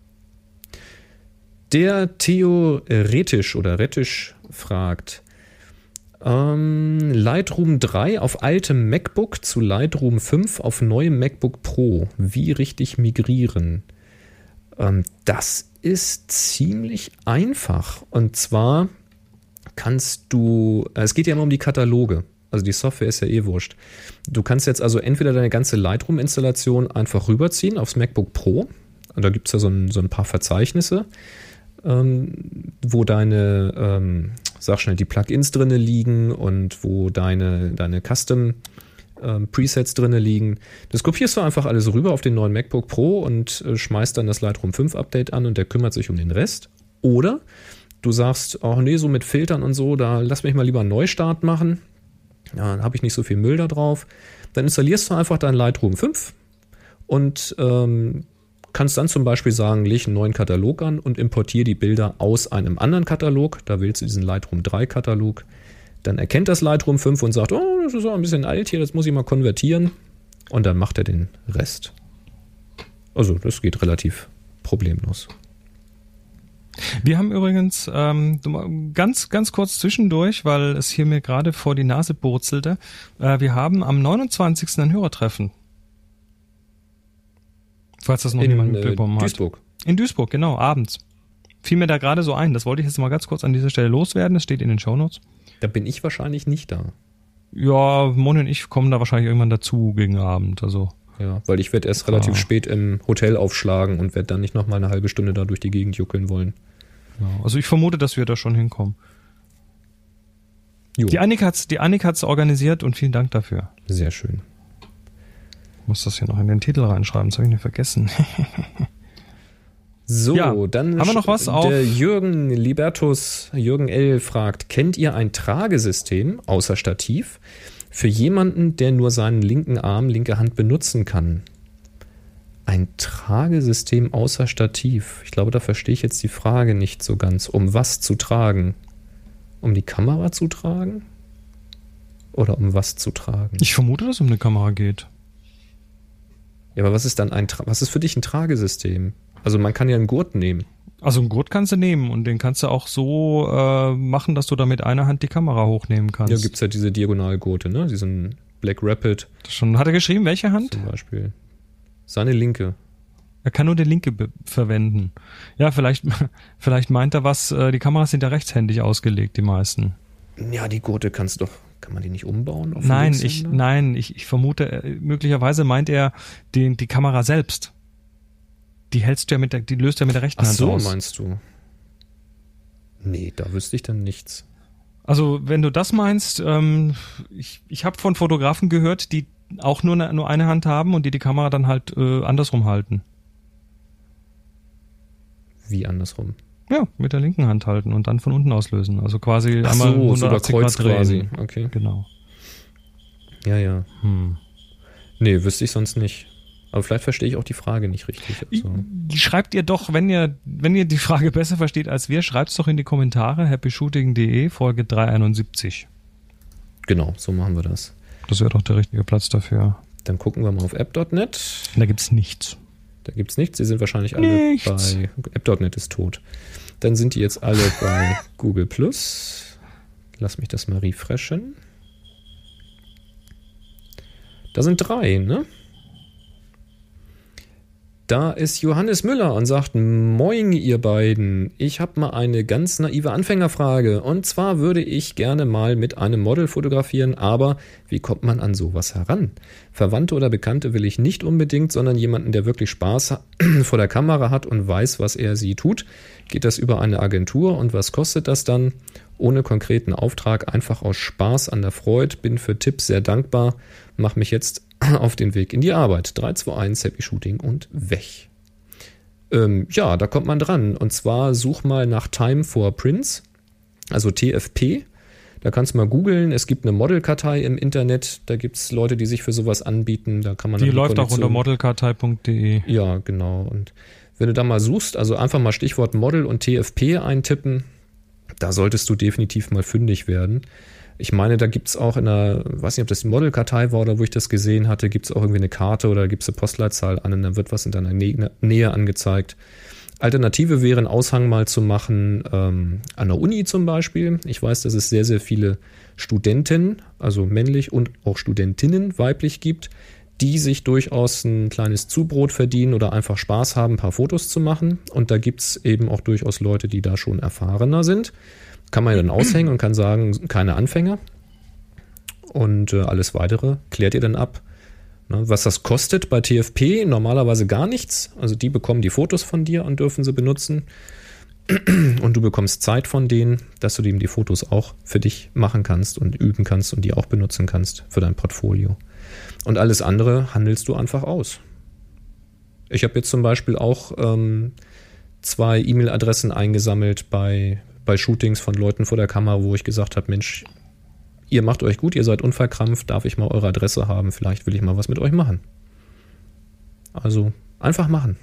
S1: Der Theoretisch oder Rettisch fragt: Ähm, Lightroom drei auf altem MacBook zu Lightroom fünf auf neuem MacBook Pro. Wie richtig migrieren? Ähm, das ist ziemlich einfach. Und zwar kannst du, es geht ja immer um die Kataloge. Also die Software ist ja eh wurscht. Du kannst jetzt also entweder deine ganze Lightroom-Installation einfach rüberziehen aufs MacBook Pro. Und da gibt es ja so ein, so ein paar Verzeichnisse, ähm, wo deine, ähm, sag schnell, die Plugins drinne liegen und wo deine, deine Custom ähm, Presets drinne liegen. Das kopierst du einfach alles rüber auf den neuen MacBook Pro und äh, schmeißt dann das Lightroom fünf Update an und der kümmert sich um den Rest. Oder du sagst, oh nee, so mit Filtern und so, da lass mich mal lieber einen Neustart machen. Ja, dann habe ich nicht so viel Müll da drauf. Dann installierst du einfach dein Lightroom fünf und ähm, kannst dann zum Beispiel sagen, leg einen neuen Katalog an und importiere die Bilder aus einem anderen Katalog. Da wählst du diesen Lightroom drei Katalog. Dann erkennt das Lightroom fünf und sagt, oh, das ist auch ein bisschen alt hier, das muss ich mal konvertieren. Und dann macht er den Rest. Also das geht relativ problemlos.
S2: Wir haben übrigens ähm, ganz, ganz kurz zwischendurch, weil es hier mir gerade vor die Nase burzelte, äh, wir haben am neunundzwanzigsten ein Hörertreffen. Falls das noch
S1: In
S2: niemand
S1: äh,
S2: mitbekommen hat.
S1: Duisburg.
S2: In Duisburg, genau, abends. Fiel mir da gerade so ein. Das wollte ich jetzt mal ganz kurz an dieser Stelle loswerden. Das steht in den Shownotes.
S1: Da bin ich wahrscheinlich nicht da.
S2: Ja, Moni und ich kommen da wahrscheinlich irgendwann dazu gegen Abend. Also
S1: Ja, weil ich werde erst relativ
S2: Ah.
S1: spät im Hotel aufschlagen und werde dann nicht noch mal eine halbe Stunde da durch die Gegend juckeln wollen.
S2: Ja, also ich vermute, dass wir da schon hinkommen.
S1: Jo,
S2: Die Annik hat's, die Annik hat's organisiert und vielen Dank dafür.
S1: sehr schön.
S2: Ich muss das hier noch in den Titel reinschreiben, das habe ich nicht vergessen.
S1: So,
S2: Ja,
S1: dann
S2: haben wir noch was
S1: sch-
S2: auf-
S1: der Jürgen Libertus, Jürgen L. fragt, kennt ihr ein Tragesystem außer Stativ für jemanden, der nur seinen linken Arm, linke Hand benutzen kann? Ein Tragesystem außer Stativ. Ich glaube, da verstehe ich jetzt die Frage nicht so ganz. Um was zu tragen? Um die Kamera zu tragen? Oder um was zu tragen?
S2: Ich vermute, dass es um eine Kamera geht.
S1: Ja, aber was ist dann ein Tra- was ist für dich ein Tragesystem? Also man kann ja einen Gurt nehmen.
S2: Also einen Gurt kannst du nehmen und den kannst du auch so äh, machen, dass du da mit einer Hand die Kamera hochnehmen kannst.
S1: Ja, gibt es ja diese Diagonalgurte, ne? Diesen Black Rapid
S2: Das schon, hat er geschrieben, welche Hand?
S1: zum Beispiel. Seine linke.
S2: Er kann nur die linke be- verwenden. Ja, vielleicht, vielleicht meint er was, äh, die Kameras sind ja rechtshändig ausgelegt, die meisten.
S1: Ja, die Gurte kannst du doch, kann man die nicht umbauen? Auf
S2: Nein,
S1: den
S2: ich,
S1: Linkshänder?
S2: nein, ich, ich vermute, äh, möglicherweise meint er den, die Kamera selbst. Die hältst du ja mit der, die löst du ja mit der rechten
S1: Ach
S2: Hand
S1: so,
S2: aus.
S1: meinst du? Nee, da wüsste ich dann nichts.
S2: Also wenn du das meinst, ähm, ich, ich habe von Fotografen gehört, die auch nur eine, nur eine Hand haben und die die Kamera dann halt äh, andersrum halten.
S1: Wie andersrum?
S2: Ja, mit der linken Hand halten und dann von unten auslösen. Also quasi
S1: Ach
S2: einmal
S1: so, so über
S2: hundertachtzig
S1: Kreuz
S2: Grad drehen.
S1: quasi. Okay.
S2: Genau.
S1: Ja, ja.
S2: Hm.
S1: Nee, wüsste ich sonst nicht. Aber vielleicht verstehe ich auch die Frage nicht richtig. Also.
S2: Schreibt ihr doch, wenn ihr, wenn ihr die Frage besser versteht als wir, schreibt es doch in die Kommentare, happy shooting punkt de, Folge dreihunderteinundsiebzig.
S1: Genau, so machen wir das.
S2: Das wäre doch der richtige Platz dafür.
S1: Dann gucken wir mal auf app Punkt net.
S2: Da gibt's nichts.
S1: Da gibt es nichts. Sie sind wahrscheinlich alle
S2: Nichts.
S1: bei app Punkt net ist tot. Dann sind die jetzt alle bei Google Plus. Lass mich das mal refreshen. Da sind drei, ne? Da ist Johannes Müller und sagt, moin ihr beiden, ich habe mal eine ganz naive Anfängerfrage und zwar würde ich gerne mal mit einem Model fotografieren, aber wie kommt man an sowas heran? Verwandte oder Bekannte will ich nicht unbedingt, sondern jemanden, der wirklich Spaß vor der Kamera hat und weiß, was er sie tut. Geht das über eine Agentur und was kostet das dann? Ohne konkreten Auftrag, einfach aus Spaß an der Freude, bin für Tipps sehr dankbar, mach mich jetzt auf den Weg in die Arbeit. drei, zwei, eins, Happy Shooting und weg. Ähm, ja, da kommt man dran. Und zwar such mal nach Time for Prints, also T F P. Da kannst du mal googeln. Es gibt eine Modelkartei im Internet. Da gibt es Leute, die sich für sowas anbieten. Da kann man
S2: Die
S1: dann
S2: läuft auch unter
S1: Konditionen-
S2: modelkartei punkt de.
S1: Ja, genau. Und wenn du da mal suchst, also einfach mal Stichwort Model und T F P eintippen, da solltest du definitiv mal fündig werden. Ich meine, da gibt es auch in der, weiß nicht, ob das die Modelkartei war oder wo ich das gesehen hatte, gibt es auch irgendwie eine Karte oder gibt es eine Postleitzahl an und dann wird was in deiner Nä- Nähe angezeigt. Alternative wäre, einen Aushang mal zu machen ähm, an der Uni zum Beispiel. Ich weiß, dass es sehr, sehr viele Studenten, also männlich und auch Studentinnen weiblich gibt, die sich durchaus ein kleines Zubrot verdienen oder einfach Spaß haben, ein paar Fotos zu machen. Und da gibt es eben auch durchaus Leute, die da schon erfahrener sind. Kann man ja dann aushängen und kann sagen, keine Anfänger. Und äh, alles Weitere klärt ihr dann ab. Na, was das kostet bei T F P? Normalerweise gar nichts. Also die bekommen die Fotos von dir und dürfen sie benutzen. Und du bekommst Zeit von denen, dass du eben die Fotos auch für dich machen kannst und üben kannst und die auch benutzen kannst für dein Portfolio. Und alles andere handelst du einfach aus. Ich habe jetzt zum Beispiel auch ähm, zwei E-Mail-Adressen eingesammelt bei, bei Shootings von Leuten vor der Kamera, wo ich gesagt habe, Mensch, ihr macht euch gut, ihr seid unverkrampft, darf ich mal eure Adresse haben, vielleicht will ich mal was mit euch machen. Also einfach machen.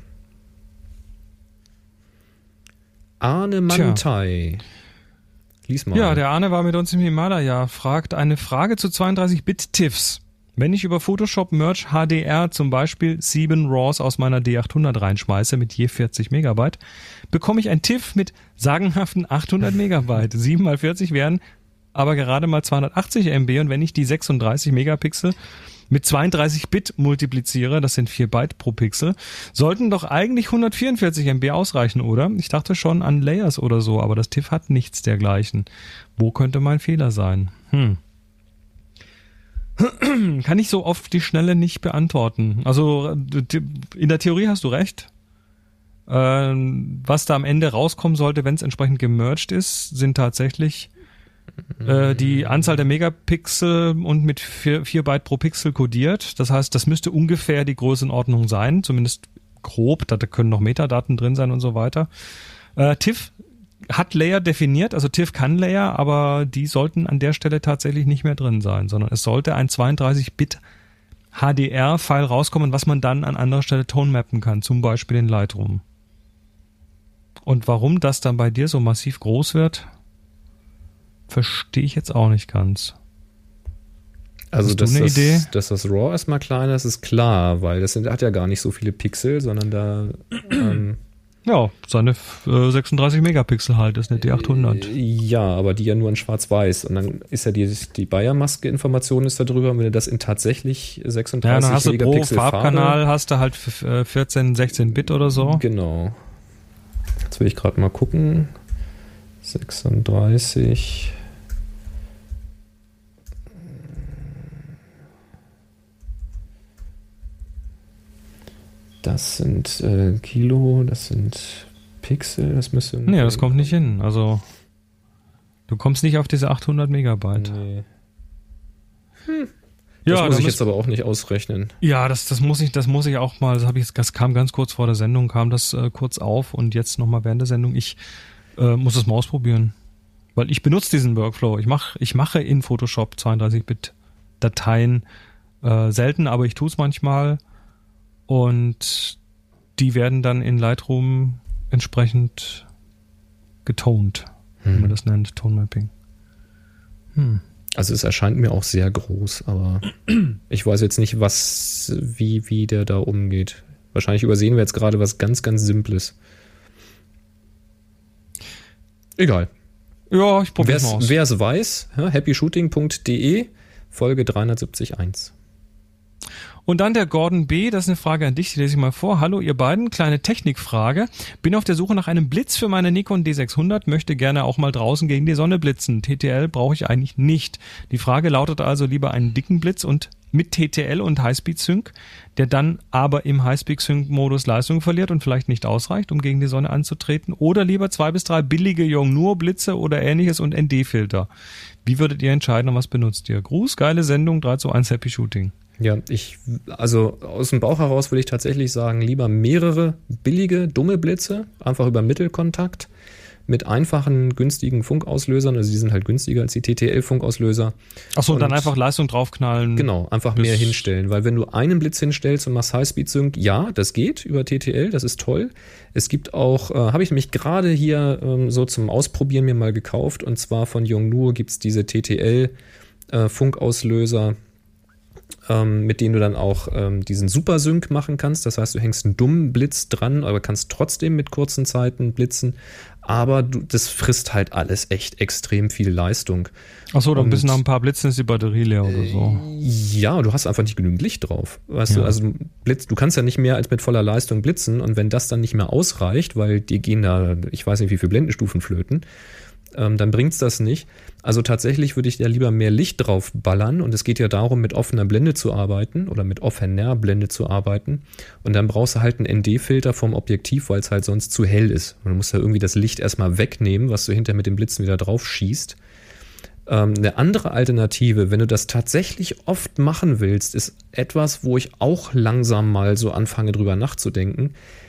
S1: Arne Mantei. Lies mal.
S2: Ja, der Arne war mit uns im Himalaya, fragt eine Frage zu zweiunddreißig Bit Tiffs. Wenn ich über Photoshop Merge H D R zum Beispiel sieben RAWs aus meiner D achthundert reinschmeiße mit je vierzig Megabyte, bekomme ich ein TIFF mit sagenhaften achthundert Megabyte. sieben mal vierzig wären aber gerade mal zweihundertachtzig Megabyte und wenn ich die sechsunddreißig Megapixel mit zweiunddreißig Bit multipliziere, das sind vier Byte pro Pixel, sollten doch eigentlich hundertvierundvierzig Megabyte ausreichen, oder? Ich dachte schon an Layers oder so, aber das TIFF hat nichts dergleichen. Wo könnte mein Fehler sein? Hm. Kann ich so auf die Schnelle nicht beantworten. Also in der Theorie hast du recht. Ähm, was da am Ende rauskommen sollte, wenn es entsprechend gemerged ist, sind tatsächlich äh, die Anzahl der Megapixel und mit vier Byte pro Pixel kodiert. Das heißt, das müsste ungefähr die Größenordnung sein, zumindest grob. Da können noch Metadaten drin sein und so weiter. Äh, TIFF hat Layer definiert, also TIFF kann Layer, aber die sollten an der Stelle tatsächlich nicht mehr drin sein, sondern es sollte ein zweiunddreißig Bit H D R-File rauskommen, was man dann an anderer Stelle tone mappen kann, zum Beispiel in Lightroom. Und warum das dann bei dir so massiv groß wird, verstehe ich jetzt auch nicht ganz.
S1: Also,
S2: Hast du
S1: dass
S2: eine
S1: das,
S2: Idee?
S1: dass das RAW erstmal kleiner ist, ist klar, weil das sind, hat ja gar nicht so viele Pixel, sondern da ähm,
S2: Ja, seine äh, sechsunddreißig Megapixel halt, ist eine D achthundert.
S1: Ja, aber die ja nur in schwarz-weiß. Und dann ist ja die, die Bayer-Maske-Information ist da drüber. Und wenn du das in tatsächlich
S2: Ja,
S1: sechsunddreißig
S2: dann hast du pro
S1: Megapixel
S2: Farbkanal
S1: Farbe,
S2: hast du halt vierzehn, sechzehn Bit oder so.
S1: Genau. Jetzt will ich gerade mal gucken. sechsunddreißig. Das sind äh, Kilo, das sind Pixel, das müsste...
S2: Nee, das kommt nicht hin. Also, du kommst nicht auf diese achthundert Megabyte.
S1: Nee.
S2: Hm.
S1: Das
S2: Ja,
S1: muss
S2: da
S1: ich
S2: muss-
S1: jetzt aber auch nicht ausrechnen.
S2: Ja, das, das muss ich, das muss ich auch mal, das habe ich, das kam ganz kurz vor der Sendung, kam das äh, kurz auf und jetzt nochmal während der Sendung. Ich äh, muss das mal ausprobieren. Weil ich benutze diesen Workflow. Ich mache, ich mache in Photoshop zweiunddreißig Bit Dateien äh, selten, aber ich tue es manchmal. Und die werden dann in Lightroom entsprechend getoned, wie man das nennt, Tone Mapping. Hm.
S1: Also es erscheint mir auch sehr groß, aber ich weiß jetzt nicht, was, wie, wie der da umgeht. Wahrscheinlich übersehen wir jetzt gerade was ganz, ganz Simples. Egal.
S2: Ja, ich probiere es mal aus.
S1: Wer es weiß, ja, happy shooting punkt de, Folge dreihundertsiebzig Punkt eins.
S2: Und dann der Gordon B., das ist eine Frage an dich, die lese ich mal vor. Hallo ihr beiden, kleine Technikfrage. Bin auf der Suche nach einem Blitz für meine Nikon D sechshundert, möchte gerne auch mal draußen gegen die Sonne blitzen. T T L brauche ich eigentlich nicht. Die Frage lautet also lieber einen dicken Blitz und mit T T L und Highspeed-Sync, der dann aber im Highspeed-Sync-Modus Leistung verliert und vielleicht nicht ausreicht, um gegen die Sonne anzutreten. Oder lieber zwei bis drei billige Yongnuo-Blitze oder ähnliches und N D-Filter. Wie würdet ihr entscheiden und was benutzt ihr? Gruß, geile Sendung, drei zu eins Happy Shooting.
S1: Ja, ich, also aus dem Bauch heraus würde ich tatsächlich sagen, lieber mehrere billige, dumme Blitze, einfach über Mittelkontakt, mit einfachen, günstigen Funkauslösern, also die sind halt günstiger als die T T L-Funkauslöser.
S2: Achso, und dann
S1: Und-
S2: einfach Leistung draufknallen.
S1: Genau, einfach
S2: Bis-
S1: mehr hinstellen, weil wenn du einen Blitz hinstellst und machst Highspeed-Sync, ja, das geht über T T L, das ist toll. Es gibt auch, äh, habe ich nämlich gerade hier ähm, so zum Ausprobieren mir mal gekauft, und zwar von Yongnuo gibt es diese T T L-Funkauslöser, ähm, mit denen du dann auch ähm, diesen Super-Sync machen kannst. Das heißt, du hängst einen dummen Blitz dran, aber kannst trotzdem mit kurzen Zeiten blitzen. Aber du, das frisst halt alles echt extrem viel Leistung.
S2: Achso, dann
S1: Und-
S2: bis nach ein paar Blitzen ist die Batterie leer oder so.
S1: Ja, du hast einfach nicht genügend Licht drauf. Weißt du,
S2: Ja.
S1: also Blitz, du kannst ja nicht mehr als mit voller Leistung blitzen, und wenn das dann nicht mehr ausreicht, weil die gehen da, ich weiß nicht, wie viele Blendenstufen flöten, ähm, dann bringt's das nicht. Also tatsächlich würde ich da lieber mehr Licht drauf ballern, und es geht ja darum, mit offener Blende zu arbeiten oder mit offener Blende zu arbeiten, und dann brauchst du halt einen N D-Filter vom Objektiv, weil es halt sonst zu hell ist. Und du musst ja irgendwie das Licht erstmal wegnehmen, was du hinterher mit dem Blitzen wieder drauf schießt. Ähm, eine andere Alternative, wenn du das tatsächlich oft machen willst, ist etwas, wo ich auch langsam mal so anfange drüber nachzudenken.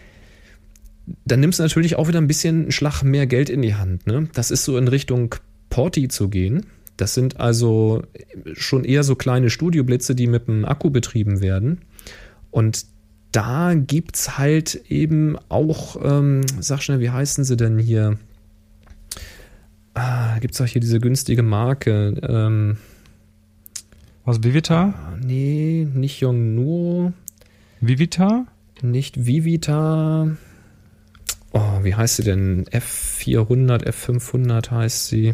S1: Dann nimmst du natürlich auch wieder ein bisschen einen Schlag mehr Geld in die Hand. Ne? Das ist so in Richtung Porti zu gehen. Das sind also schon eher so kleine Studioblitze, die mit dem Akku betrieben werden. Und da gibt's halt eben auch, ähm, sag schnell, wie heißen sie denn hier? Ah, gibt es auch hier diese günstige Marke. Ähm,
S2: Was, Vivita?
S1: Ah, nee, nicht Yongnuo.
S2: Vivita?
S1: Nicht Vivita. Oh, wie heißt sie denn? F vierhundert, F fünfhundert heißt sie.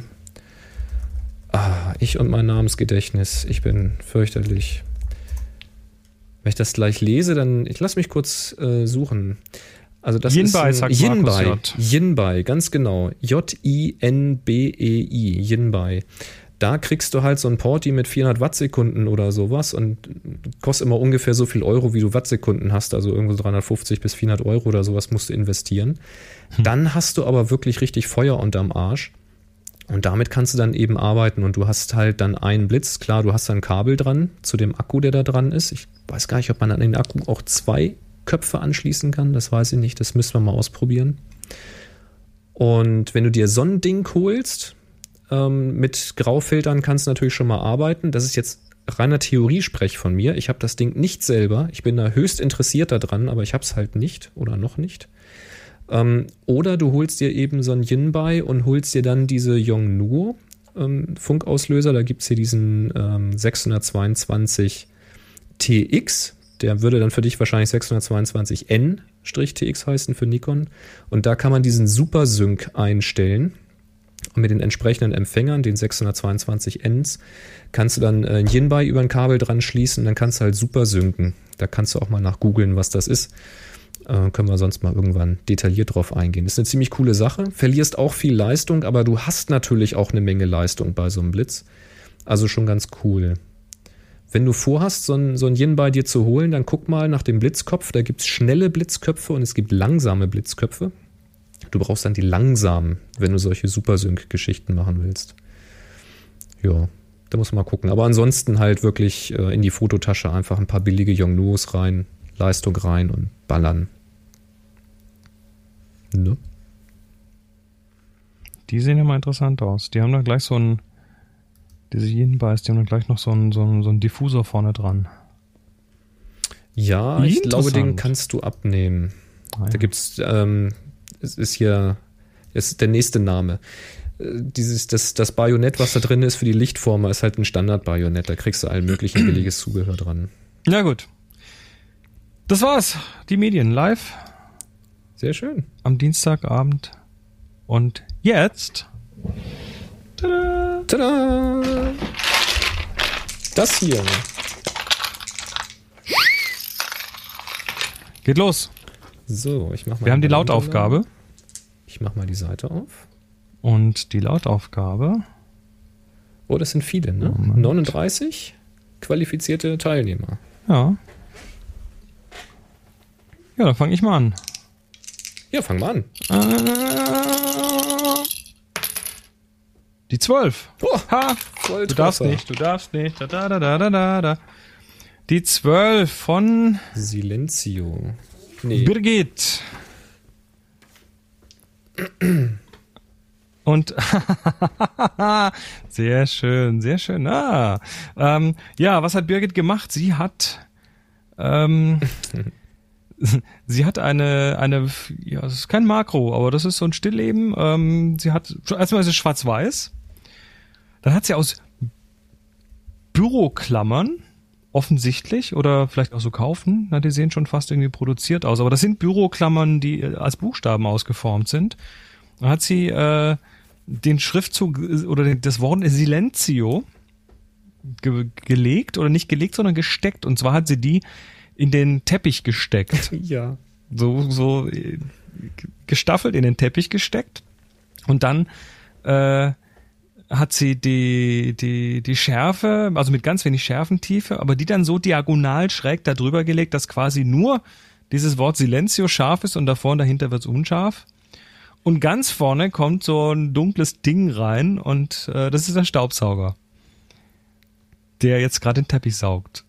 S1: Ah, ich und mein Namensgedächtnis. Ich bin fürchterlich. Wenn ich das gleich lese, dann... Ich lass mich kurz äh, suchen. Also das
S2: Yinbai,
S1: ist ein,
S2: sagt
S1: Yinbai,
S2: Markus J.
S1: Yinbai, ganz genau. J I N B E I, Yinbai. Da kriegst du halt so ein Porti mit vierhundert Wattsekunden oder sowas und kostet immer ungefähr so viel Euro, wie du Wattsekunden hast. Also irgendwo dreihundertfünfzig bis vierhundert Euro oder sowas musst du investieren. Hm. Dann hast du aber wirklich richtig Feuer unterm Arsch. Und damit kannst du dann eben arbeiten und du hast halt dann einen Blitz. Klar, du hast dann ein Kabel dran zu dem Akku, der da dran ist. Ich weiß gar nicht, ob man an den Akku auch zwei Köpfe anschließen kann. Das weiß ich nicht. Das müssen wir mal ausprobieren. Und wenn du dir so ein Ding holst, ähm, mit Graufiltern kannst du natürlich schon mal arbeiten. Das ist jetzt reiner Theoriesprech von mir. Ich habe das Ding nicht selber. Ich bin da höchst interessiert daran, aber ich habe es halt nicht oder noch nicht. Ähm, oder du holst dir eben so ein Yinbai und holst dir dann diese Yongnuo ähm, Funkauslöser. Da gibt es hier diesen ähm, sechshundertzweiundzwanzig T X. Der würde dann für dich wahrscheinlich sechshundertzweiundzwanzig N T X heißen für Nikon. Und da kann man diesen Super Sync einstellen. Und mit den entsprechenden Empfängern, den sechshundertzweiundzwanzig Ns, kannst du dann ein Yinbai über ein Kabel dran schließen. Dann kannst du halt super synken. Da kannst du auch mal nach googeln, was das ist. Äh, können wir sonst mal irgendwann detailliert drauf eingehen. Das ist eine ziemlich coole Sache. Verlierst auch viel Leistung, aber du hast natürlich auch eine Menge Leistung bei so einem Blitz. Also schon ganz cool. Wenn du vorhast, so ein, so ein Yinbai dir zu holen, dann guck mal nach dem Blitzkopf. Da gibt es schnelle Blitzköpfe und es gibt langsame Blitzköpfe. Du brauchst dann die langsamen, wenn du solche Super-Sync-Geschichten machen willst. Ja, da muss man mal gucken. Aber ansonsten halt wirklich äh, in die Fototasche einfach ein paar billige Yongnuos rein, Leistung rein und ballern. Ne?
S2: Die sehen ja mal interessant aus. Die haben da gleich so ein, diese Yinbais, die haben da gleich noch so einen so einen, so einen Diffusor vorne dran.
S1: Ja, ich glaube, den kannst du abnehmen. Ah, ja. Da gibt's, ähm, es ist hier, es ist der nächste Name. Dieses, das, das Bajonett, was da drin ist für die Lichtformer, ist halt ein Standard-Bajonett. Da kriegst du all möglichen billiges Zubehör dran.
S2: Na gut. Das war's. Die Medien live.
S1: Sehr schön.
S2: Am Dienstagabend. Und jetzt. Tada!
S1: Tada! Das hier.
S2: Geht los.
S1: So, ich mach mal.
S2: Wir haben die Lautaufgabe.
S1: Ich mach mal die Seite auf.
S2: Und die Lautaufgabe.
S1: Oh, das sind viele, ne?
S2: Moment.
S1: neununddreißig qualifizierte Teilnehmer.
S2: Ja. Ja, dann fange ich mal an.
S1: Ja, fang mal an.
S2: Die zwölf.
S1: Oh,
S2: ha! Du darfst nicht, du darfst nicht. Da, da, da, da, da, da. Die zwölf von
S1: Silenzio. Nee.
S2: Birgit. Und sehr schön, sehr schön. Ah, ähm, ja, was hat Birgit gemacht? Sie hat ähm, sie hat eine, eine, ja, das ist kein Makro, aber das ist so ein Stillleben. Ähm, sie hat, erstmal ist es schwarz-weiß. Dann hat sie aus Büroklammern, offensichtlich, oder vielleicht auch so kaufen, na, die sehen schon fast irgendwie produziert aus, aber das sind Büroklammern, die als Buchstaben ausgeformt sind. Dann hat sie äh, den Schriftzug oder den, das Wort Silenzio ge- gelegt, oder nicht gelegt, sondern gesteckt. Und zwar hat sie die in den Teppich gesteckt.
S1: Ja.
S2: So, so gestaffelt in den Teppich gesteckt. Und dann äh, hat sie die, die, die Schärfe, also mit ganz wenig Schärfentiefe, aber die dann so diagonal schräg da drüber gelegt, dass quasi nur dieses Wort Silenzio scharf ist und davor und dahinter wird es unscharf. Und ganz vorne kommt so ein dunkles Ding rein und äh, das ist ein Staubsauger, der jetzt gerade den Teppich saugt.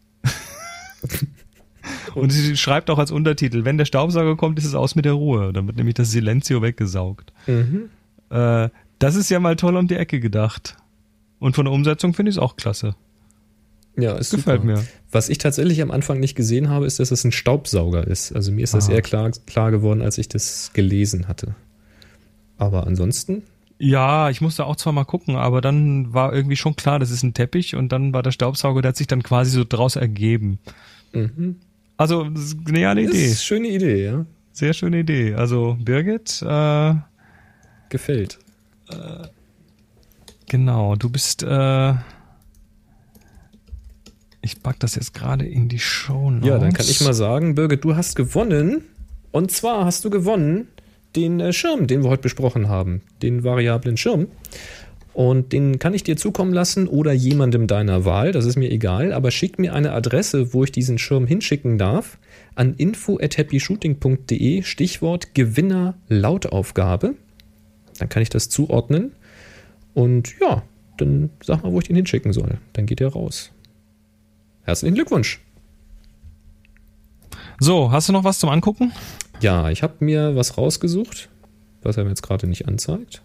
S2: Und sie schreibt auch als Untertitel, wenn der Staubsauger kommt, ist es aus mit der Ruhe. Dann wird nämlich das Silenzio weggesaugt.
S1: Mhm.
S2: Äh, das ist ja mal toll um die Ecke gedacht. Und von der Umsetzung finde ich es auch klasse.
S1: Ja, ist
S2: Gefällt
S1: super.
S2: mir.
S1: Was ich tatsächlich am Anfang nicht gesehen habe, ist, dass es ein Staubsauger ist. Also mir ist das
S2: ah.
S1: eher klar, klar geworden, als ich das gelesen hatte. Aber ansonsten?
S2: Ja, ich musste auch zwar mal gucken, aber dann war irgendwie schon klar, das ist ein Teppich und dann war der Staubsauger, der hat sich dann quasi so draus ergeben.
S1: Mhm.
S2: Also, das ist eine geniale
S1: Das
S2: Idee.
S1: ist eine schöne Idee, ja.
S2: Sehr schöne Idee. Also, Birgit, äh,
S1: Gefällt.
S2: äh, genau, du bist, äh, ich pack das jetzt gerade in die Shownotes.
S1: Ja, dann kann ich mal sagen, Birgit, du hast gewonnen. Und zwar hast du gewonnen den äh, Schirm, den wir heute besprochen haben. Den variablen Schirm. Und den kann ich dir zukommen lassen oder jemandem deiner Wahl. Das ist mir egal. Aber schick mir eine Adresse, wo ich diesen Schirm hinschicken darf. An info at happy shooting punkt de, Stichwort Gewinner Lautaufgabe. Dann kann ich das zuordnen. Und ja, dann sag mal, wo ich den hinschicken soll. Dann geht er raus. Herzlichen Glückwunsch.
S2: So, hast du noch was zum Angucken?
S1: Ja, ich habe mir was rausgesucht, was er mir jetzt gerade nicht anzeigt.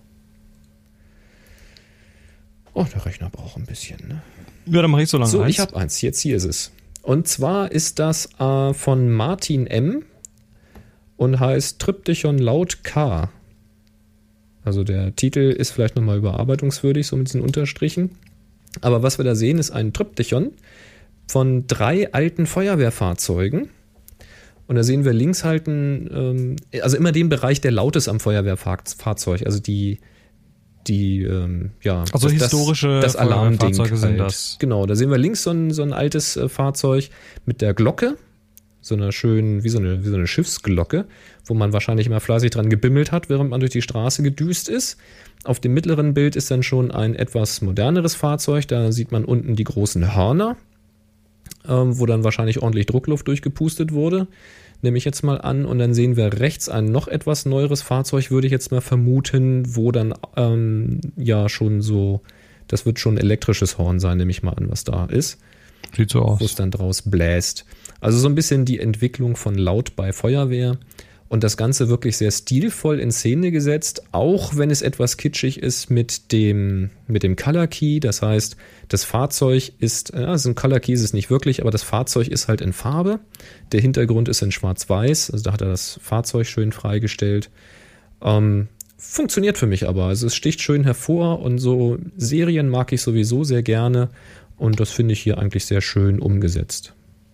S1: Oh, der Rechner braucht ein bisschen, ne?
S2: Ja, dann mach ich so lange
S1: So,
S2: eins.
S1: ich habe eins. Jetzt hier ist es. Und zwar ist das äh, von Martin M. und heißt Triptychon Laut K. Also der Titel ist vielleicht nochmal überarbeitungswürdig, so mit diesen Unterstrichen. Aber was wir da sehen, ist ein Triptychon von drei alten Feuerwehrfahrzeugen. Und da sehen wir links halt ein, ähm, also immer den Bereich, der laut ist am Feuerwehrfahrzeug. Also die, die, ähm, ja.
S2: Also
S1: das,
S2: historische
S1: das, das Alarmding
S2: Feuerwehrfahrzeuge sind
S1: halt.
S2: das.
S1: Genau, da sehen wir links so ein, so ein altes äh, Fahrzeug mit der Glocke. So einer schönen, wie so eine, wie so eine Schiffsglocke, wo man wahrscheinlich immer fleißig dran gebimmelt hat, während man durch die Straße gedüst ist. Auf dem mittleren Bild ist dann schon ein etwas moderneres Fahrzeug. Da sieht man unten die großen Hörner, ähm, wo dann wahrscheinlich ordentlich Druckluft durchgepustet wurde. Nehme ich jetzt mal an. Und dann sehen wir rechts ein noch etwas neueres Fahrzeug, würde ich jetzt mal vermuten, wo dann ähm, ja schon so, das wird schon ein elektrisches Horn sein, nehme ich mal an, was da ist.
S2: Sieht so aus.
S1: Wo es dann draus bläst. Also so ein bisschen die Entwicklung von Laut bei Feuerwehr. Und das Ganze wirklich sehr stilvoll in Szene gesetzt, auch wenn es etwas kitschig ist mit dem, mit dem Color Key. Das heißt, das Fahrzeug ist, ja, also ein Color Key ist es nicht wirklich, aber das Fahrzeug ist halt in Farbe. Der Hintergrund ist in schwarz-weiß, also da hat er das Fahrzeug schön freigestellt. Ähm, funktioniert für mich aber, also es sticht schön hervor und so Serien mag ich sowieso sehr gerne und das finde ich hier eigentlich sehr schön umgesetzt.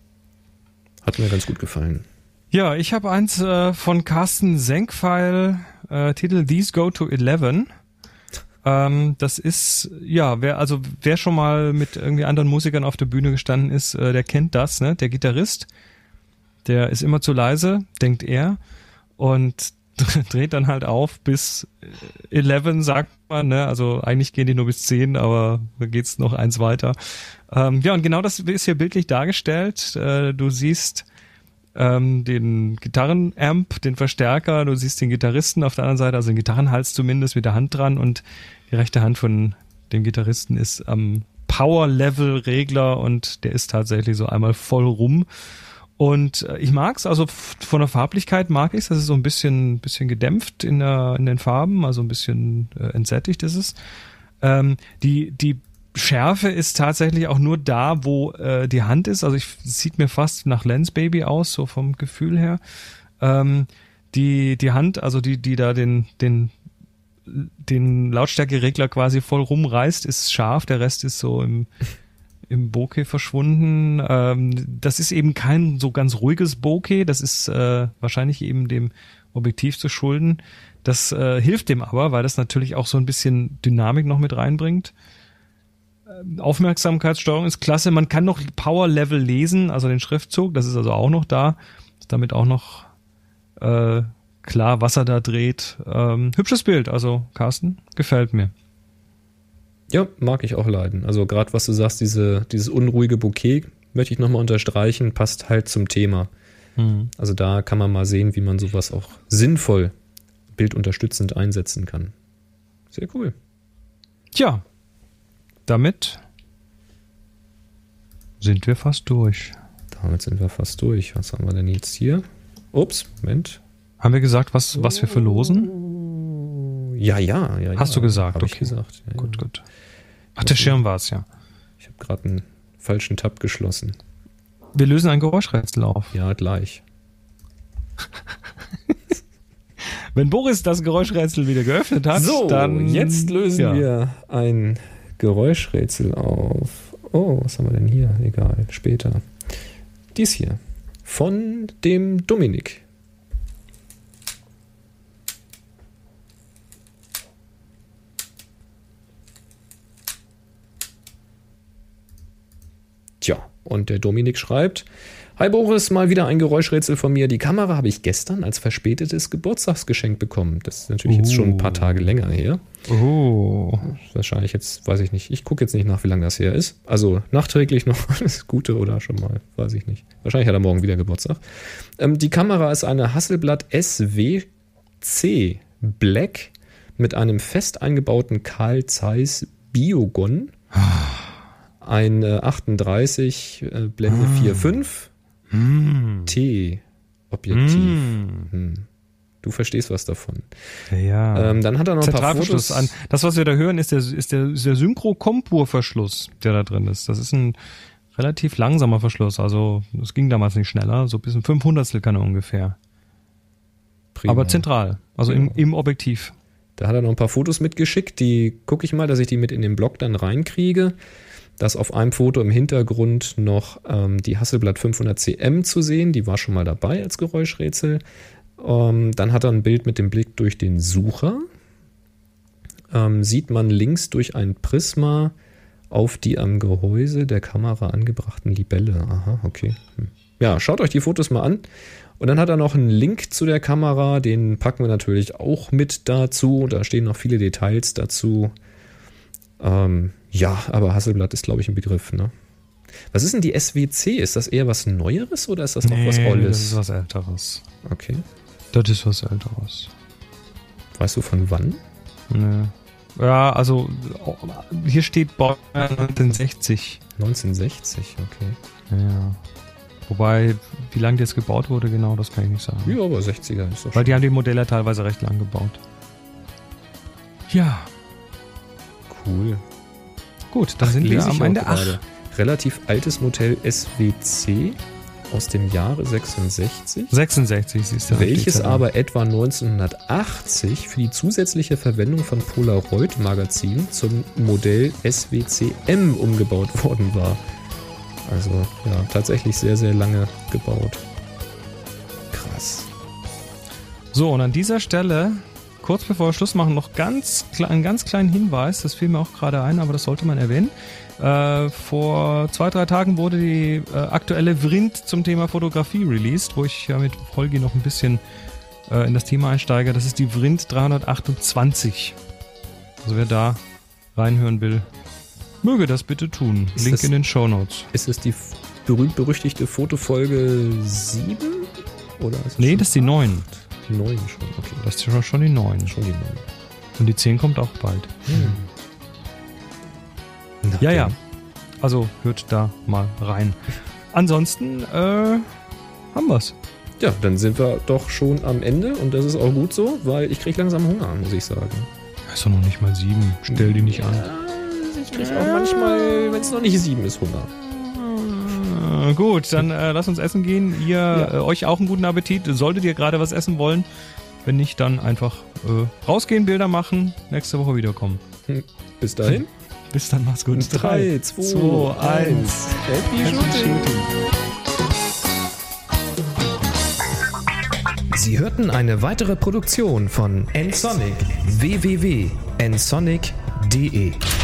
S1: Hat mir ganz gut gefallen.
S2: Ja, ich habe eins äh, von Carsten Senkpfeil, äh, Titel These Go to eleven. Ähm, das ist, ja, wer also wer schon mal mit irgendwie anderen Musikern auf der Bühne gestanden ist, äh, der kennt das, ne? Der Gitarrist, der ist immer zu leise, denkt er, und dreht dann halt auf bis elf, sagt man, ne? Also eigentlich gehen die nur bis zehn, aber da geht's noch eins weiter. Ähm, ja, und genau das ist hier bildlich dargestellt. Äh, du siehst ähm, den Gitarrenamp, den Verstärker, du siehst den Gitarristen auf der anderen Seite, also den Gitarrenhals zumindest mit der Hand dran, und die rechte Hand von dem Gitarristen ist am Power-Level-Regler und der ist tatsächlich so einmal voll rum. Und ich mag's, also von der Farblichkeit mag ich's, das ist so ein bisschen, bisschen gedämpft in, der, in den Farben, also ein bisschen äh, entsättigt ist es. Ähm, die, die Schärfe ist tatsächlich auch nur da, wo äh, die Hand ist, also ich, es sieht mir fast nach Lens Baby aus, so vom Gefühl her. Ähm, die, die Hand, also die, die da den, den, den Lautstärkeregler quasi voll rumreißt, ist scharf, der Rest ist so im im Bokeh verschwunden. Ähm, das ist eben kein so ganz ruhiges Bokeh, das ist äh, wahrscheinlich eben dem Objektiv zu schulden. Das äh, hilft dem aber, weil das natürlich auch so ein bisschen Dynamik noch mit reinbringt. Ähm, Aufmerksamkeitssteuerung ist klasse. Man kann noch Power Level lesen, also den Schriftzug, das ist also auch noch da. Ist damit auch noch äh, klar, was er da dreht. Ähm, hübsches Bild, also Carsten, gefällt mir.
S1: Ja, mag ich auch leiden. Also gerade was du sagst, diese, dieses unruhige Bouquet, möchte ich nochmal unterstreichen, passt halt zum Thema. Mhm. Also da kann man mal sehen, wie man sowas auch sinnvoll bildunterstützend einsetzen kann. Sehr cool.
S2: Tja, damit sind wir fast durch.
S1: Damit sind wir fast durch. Was haben wir denn jetzt hier? Ups, Moment.
S2: Haben wir gesagt, was, was wir verlosen?
S1: Ja, ja, ja.
S2: Hast
S1: ja,
S2: du gesagt?
S1: Hab
S2: Okay.
S1: ich gesagt. Ja,
S2: gut,
S1: ja.
S2: gut. Ach, der Schirm war es, ja.
S1: Ich habe gerade einen falschen Tab geschlossen.
S2: Wir lösen ein Geräuschrätsel auf.
S1: Ja, gleich.
S2: Wenn Boris das Geräuschrätsel wieder geöffnet hat,
S1: so,
S2: dann...
S1: jetzt lösen
S2: ja.
S1: wir ein Geräuschrätsel auf. Oh, was haben wir denn hier? Egal, später. Dies hier. Von dem Dominik. Tja, und der Dominik schreibt: Hi Boris, mal wieder ein Geräuschrätsel von mir. Die Kamera habe ich gestern als verspätetes Geburtstagsgeschenk bekommen. Das ist natürlich uh. jetzt schon ein paar Tage länger her.
S2: Oh.
S1: Wahrscheinlich jetzt, weiß ich nicht. Ich gucke jetzt nicht nach, wie lange das her ist. Also nachträglich noch alles Gute oder schon mal, weiß ich nicht. Wahrscheinlich hat er morgen wieder Geburtstag. Ähm, die Kamera ist eine Hasselblad S W C Black mit einem fest eingebauten Carl Zeiss Biogon. Ein äh, achtunddreißig äh, Blende ah. vier Komma fünf mm. T-Objektiv. Mm. Hm. Du verstehst was davon.
S2: Ja.
S1: Ähm, dann hat er noch ein paar Fotos.
S2: An. Das, was wir da hören, ist der, ist der, ist der Synchro-Kompur-Verschluss, der da drin ist. Das ist ein relativ langsamer Verschluss. Also es ging damals nicht schneller. So bis ein fünfhundertstel kann er ungefähr. Prima. Aber zentral, also ja. im, im Objektiv.
S1: Da hat er noch ein paar Fotos mitgeschickt. Die gucke ich mal, dass ich die mit in den Blog dann reinkriege. Da ist auf einem Foto im Hintergrund noch ähm, die Hasselblad fünfhundert C M zu sehen. Die war schon mal dabei als Geräuschrätsel. Ähm, dann hat er ein Bild mit dem Blick durch den Sucher. Ähm, sieht man links durch ein Prisma auf die am Gehäuse der Kamera angebrachten Libelle. Aha, okay. Hm. Ja, schaut euch die Fotos mal an. Und dann hat er noch einen Link zu der Kamera. Den packen wir natürlich auch mit dazu. Da stehen noch viele Details dazu. Ähm, ja, aber Hasselblad ist, glaube ich, ein Begriff, ne? Was ist denn die S W C? Ist das eher was Neueres oder ist das noch
S2: nee,
S1: was Olles?
S2: Das ist was Älteres.
S1: Okay.
S2: Das ist was Älteres.
S1: Weißt du von wann?
S2: Nee. Ja, also hier steht Baujahr neunzehnhundertsechzig.
S1: neunzehnhundertsechzig, okay.
S2: Ja. Wobei, wie lange das gebaut wurde, genau, das kann ich nicht sagen.
S1: Ja, aber sechziger ist doch
S2: Weil die haben die Modelle teilweise recht lang gebaut. Ja.
S1: Cool.
S2: Gut, dann Ach, sind wir am Ende. Ach.
S1: Relativ altes Modell S W C aus dem Jahre sechsundsechzig.
S2: sechsundsechzig, siehst du.
S1: Welches aber etwa neunzehnhundertachtzig für die zusätzliche Verwendung von Polaroid-Magazinen zum Modell S W C M umgebaut worden war. Also, ja, tatsächlich sehr, sehr lange gebaut. Krass.
S2: So, und an dieser Stelle, kurz bevor wir Schluss machen, noch ganz einen ganz kleinen Hinweis. Das fiel mir auch gerade ein, aber das sollte man erwähnen. Äh, vor zwei, drei Tagen wurde die äh, aktuelle Vrind zum Thema Fotografie released, wo ich ja mit Holgi noch ein bisschen äh, in das Thema einsteige. Das ist die Vrind dreihundertachtundzwanzig. Also wer da reinhören will, möge das bitte tun.
S1: Ist
S2: Link
S1: das,
S2: in den Shownotes.
S1: Ist es die berühmt-berüchtigte Fotofolge sieben? Oder ist
S2: nee, das ist die neun.
S1: Die neun schon, okay.
S2: Das ist schon, schon die neun.
S1: Schon die neun.
S2: Und die zehn kommt auch bald.
S1: Hm.
S2: Na, ja, ja. Also hört da mal rein. Ansonsten äh, haben wir's.
S1: Ja, dann sind wir doch schon am Ende und das ist auch gut so, weil ich krieg langsam Hunger, muss ich sagen.
S2: Ist doch noch nicht mal sieben. Stell die nicht
S1: ja,
S2: an.
S1: Ich krieg auch manchmal, wenn es noch nicht sieben ist, Hunger.
S2: Äh, gut, dann äh, lass uns essen gehen. Ihr ja. äh, euch auch einen guten Appetit. Solltet ihr gerade was essen wollen. Wenn nicht, dann einfach äh, rausgehen, Bilder machen, nächste Woche wiederkommen.
S1: Hm. Bis dahin.
S2: Bis dann, mach's gut.
S1: drei, zwei, eins. Happy Shooting. Sie hörten eine weitere Produktion von nsonic. w w w punkt nsonic punkt de